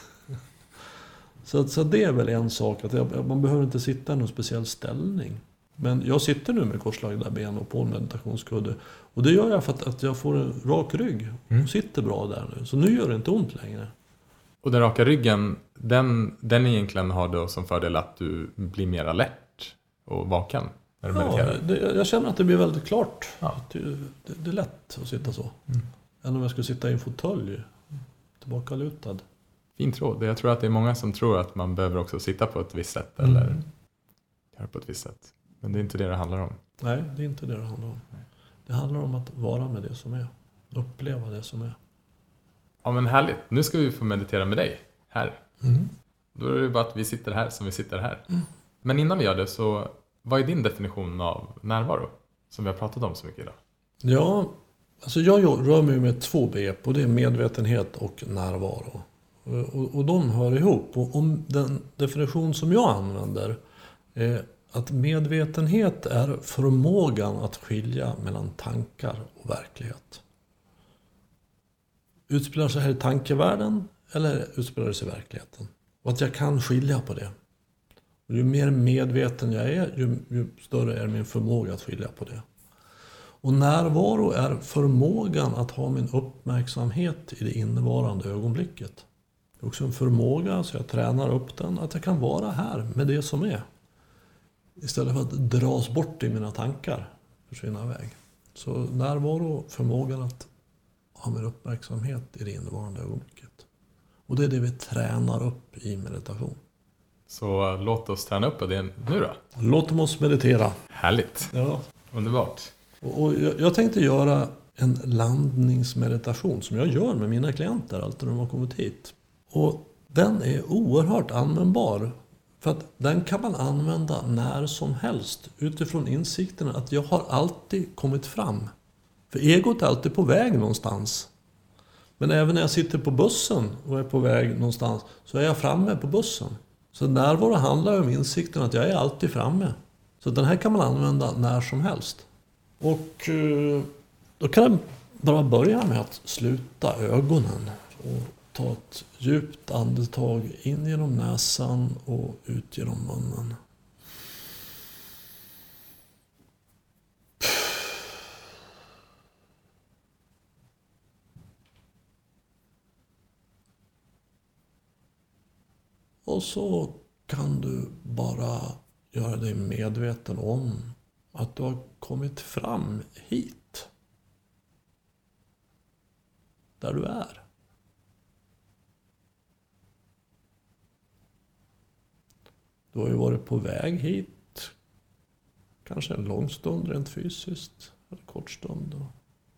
så, så det är väl en sak, att jag, man behöver inte sitta i någon speciell ställning. Men jag sitter nu med korslagda ben och på en meditationskudde. Och det gör jag för att, att jag får en rak rygg mm. och sitter bra där nu. Så nu gör det inte ont längre. Och den raka ryggen, den, den egentligen har då som fördel att du blir mer alert och vaken när du ja, mediterar. Det, jag känner att det blir väldigt klart. Ja. Det, det, det är lätt att sitta så. Mm. Än om jag skulle sitta i en fåtölj, tillbaka lutad. Fint råd. Jag tror att det är många som tror att man behöver också sitta på ett visst sätt mm. eller göra på ett visst sätt. Men det är inte det det handlar om. Nej, det är inte det det handlar om. Nej. Det handlar om att vara med det som är. Uppleva det som är. Ja, men härligt. Nu ska vi få meditera med dig här. Mm. Då är det bara att vi sitter här som vi sitter här. Mm. Men innan vi gör det, så vad är din definition av närvaro? Som vi har pratat om så mycket idag. Ja, alltså jag rör mig med två begrepp, och det är medvetenhet och närvaro. Och, och de hör ihop. Och om den definition som jag använder är att medvetenhet är förmågan att skilja mellan tankar och verklighet. Utspelar sig här i tankevärlden eller utspelar sig i verkligheten? Och att jag kan skilja på det. Och ju mer medveten jag är, ju, ju större är min förmåga att skilja på det. Och närvaro är förmågan att ha min uppmärksamhet i det innevarande ögonblicket. Det är också en förmåga, så jag tränar upp den, att jag kan vara här med det som är. Istället för att dras bort i mina tankar, försvinna iväg. Så närvaro, förmågan att ha min uppmärksamhet i det innevarande ögonblicket. Och det är det vi tränar upp i meditation. Så låt oss träna upp det nu då. Låt oss meditera. Härligt. Ja. Underbart. Och, och jag, jag tänkte göra en landningsmeditation som jag gör med mina klienter alltid när de har kommit hit. Och den är oerhört användbar. För att den kan man använda när som helst utifrån insikten att jag har alltid kommit fram. För egot är alltid på väg någonstans. Men även när jag sitter på bussen och är på väg någonstans så är jag framme på bussen. Så närvaro handlar om insikten att jag är alltid framme. Så den här kan man använda när som helst. Och då kan jag bara börja med att sluta ögonen. Och ta ett djupt andetag in genom näsan och ut genom munnen. Och så kan du bara göra dig medveten om att du har kommit fram hit. Där du är. Du har ju varit på väg hit. Kanske en lång stund rent fysiskt. Eller kort stund. Och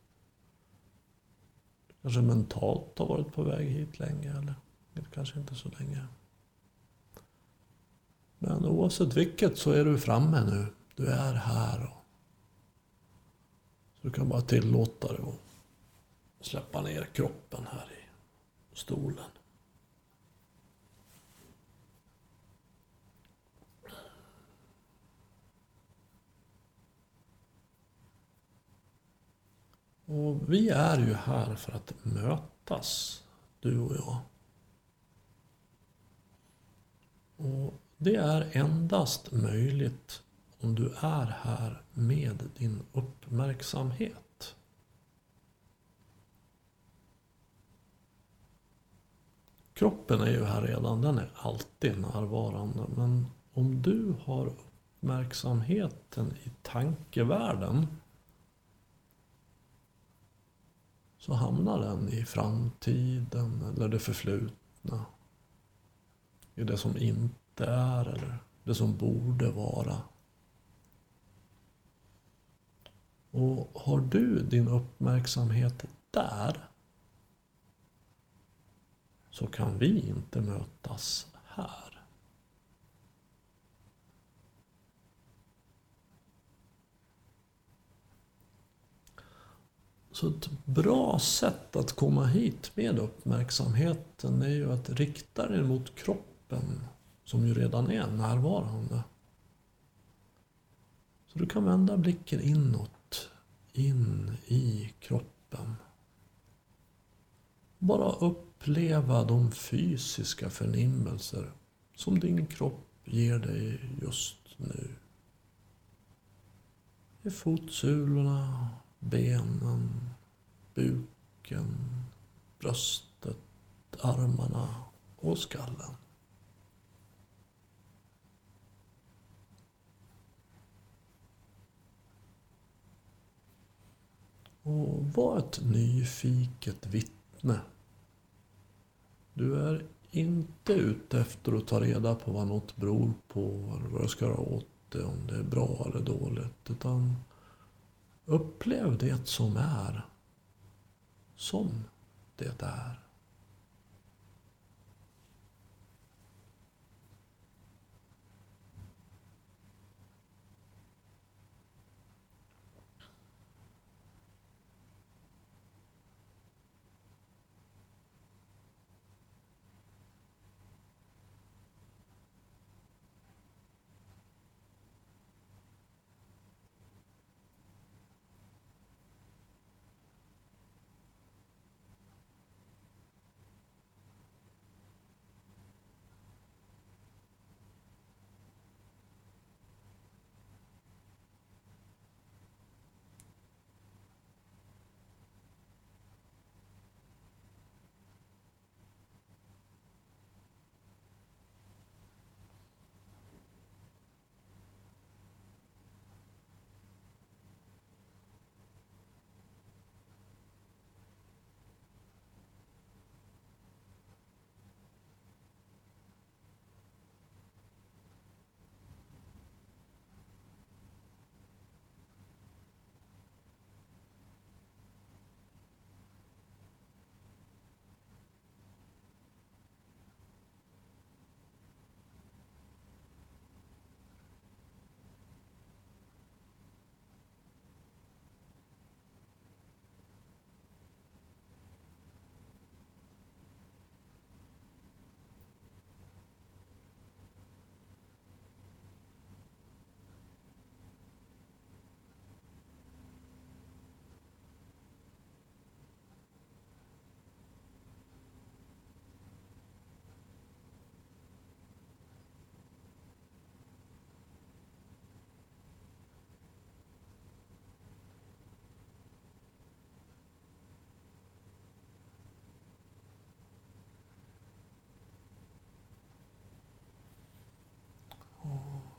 kanske mentalt har varit på väg hit länge. Eller kanske inte så länge. Men oavsett vilket så är du framme nu. Du är här. Så du kan bara tillåta dig att släppa ner kroppen här i stolen. Och vi är ju här för att mötas, du och jag. Och det är endast möjligt om du är här med din uppmärksamhet. Kroppen är ju här redan, den är alltid närvarande. Men om du har uppmärksamheten i tankevärlden så hamnar den i framtiden eller det förflutna. I det som inte är eller det som borde vara. Och har du din uppmärksamhet där så kan vi inte mötas här. Så ett bra sätt att komma hit med uppmärksamheten är ju att rikta den mot kroppen som ju redan är närvarande. Så du kan vända blicken inåt, in i kroppen. Bara uppleva de fysiska förnimmelser som din kropp ger dig just nu. I fotsulorna, benen, buken, bröstet, armarna och skallen. Och var ett nyfiket vittne. Du är inte ute efter att ta reda på vad något beror på eller vad jag ska göra åt det, om det är bra eller dåligt. Utan upplev det som är, som det är.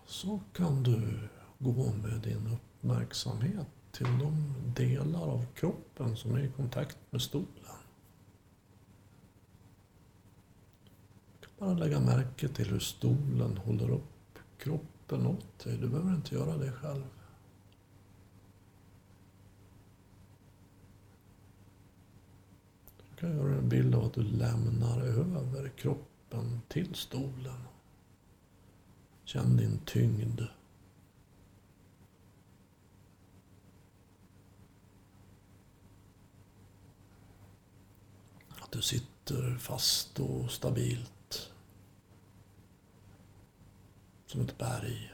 så kan du gå med din uppmärksamhet till de delar av kroppen som är i kontakt med stolen. Du kan bara lägga märke till hur stolen håller upp kroppen åt dig. Du behöver inte göra det själv. Du kan göra en bild av att du lämnar över kroppen till stolen. Känn din tyngd. Att du sitter fast och stabilt. Som ett berg.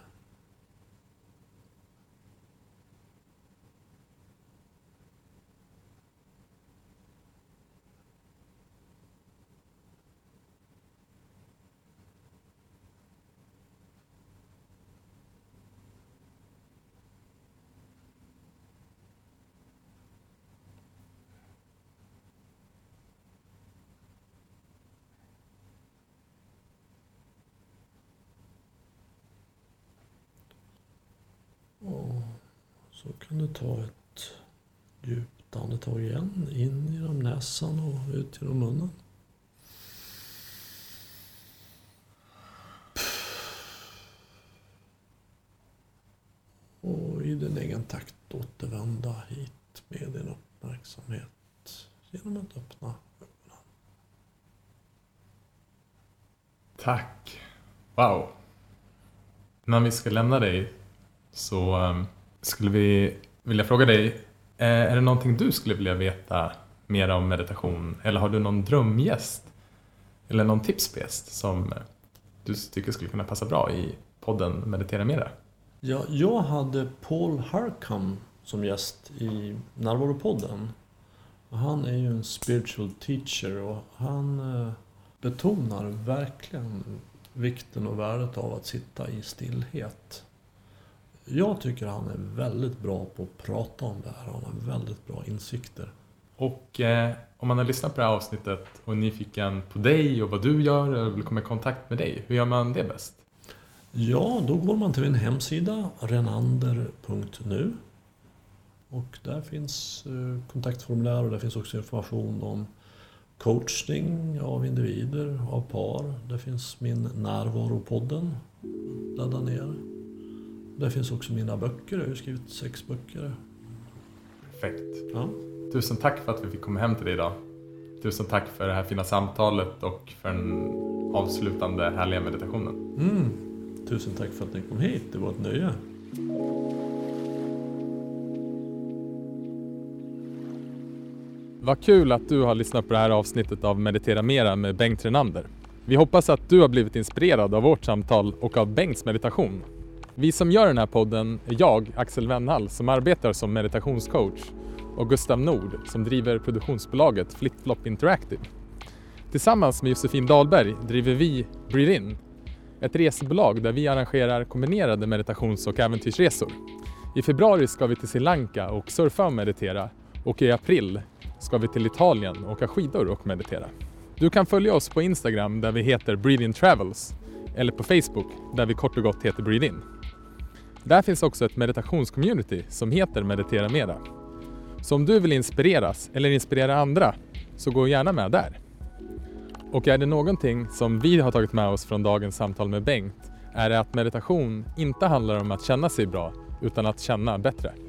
Och så kan du ta ett djupt andetag igen, in genom näsan och ut genom munnen. Och i din egen takt återvända hit med din uppmärksamhet genom att öppna ögonen. Tack. Wow. När vi ska lämna dig så um, skulle vi vilja fråga dig, eh, är det någonting du skulle vilja veta mer om meditation? Eller har du någon drömgäst? Eller någon tipsgäst som eh, du tycker skulle kunna passa bra i podden Meditera Mera? Ja, jag hade Paul Harcum som gäst i Närvaropodden. Han är ju en spiritual teacher och han eh, betonar verkligen vikten och värdet av att sitta i stillhet. Jag tycker han är väldigt bra på att prata om det här. Han har väldigt bra insikter. Och eh, om man har lyssnat på det här avsnittet och är nyfiken på dig och vad du gör och vill komma i kontakt med dig, hur gör man det bäst? Ja, då går man till min hemsida renander punkt nu. Och där finns eh, kontaktformulär och där finns också information om coachning av individer, av par. Där finns min Närvaropodden. Ladda ner. Där finns också mina böcker. Jag har skrivit sex böcker. Perfekt. Ja. Tusen tack för att vi fick komma hem till dig idag. Tusen tack för det här fina samtalet och för den avslutande härliga meditationen. Mm. Tusen tack för att ni kom hit. Det var ett nöje. Vad kul att du har lyssnat på det här avsnittet av Meditera Mera med Bengt Renander. Vi hoppas att du har blivit inspirerad av vårt samtal och av Bengts meditation. Vi som gör den här podden är jag, Axel Wennhall, som arbetar som meditationscoach, och Gustav Nord som driver produktionsbolaget Flip-Flop Interactive. Tillsammans med Josefin Dahlberg driver vi Breathe In, ett resebolag där vi arrangerar kombinerade meditations- och äventyrsresor. I februari ska vi till Sri Lanka och surfa och meditera, och i april ska vi till Italien och åka skidor och meditera. Du kan följa oss på Instagram där vi heter Breathe In Travels, eller på Facebook där vi kort och gott heter Breathe In. Där finns också ett meditationscommunity som heter Meditera Mera. Så om du vill inspireras eller inspirera andra, så gå gärna med där. Och är det någonting som vi har tagit med oss från dagens samtal med Bengt, är det att meditation inte handlar om att känna sig bra utan att känna bättre.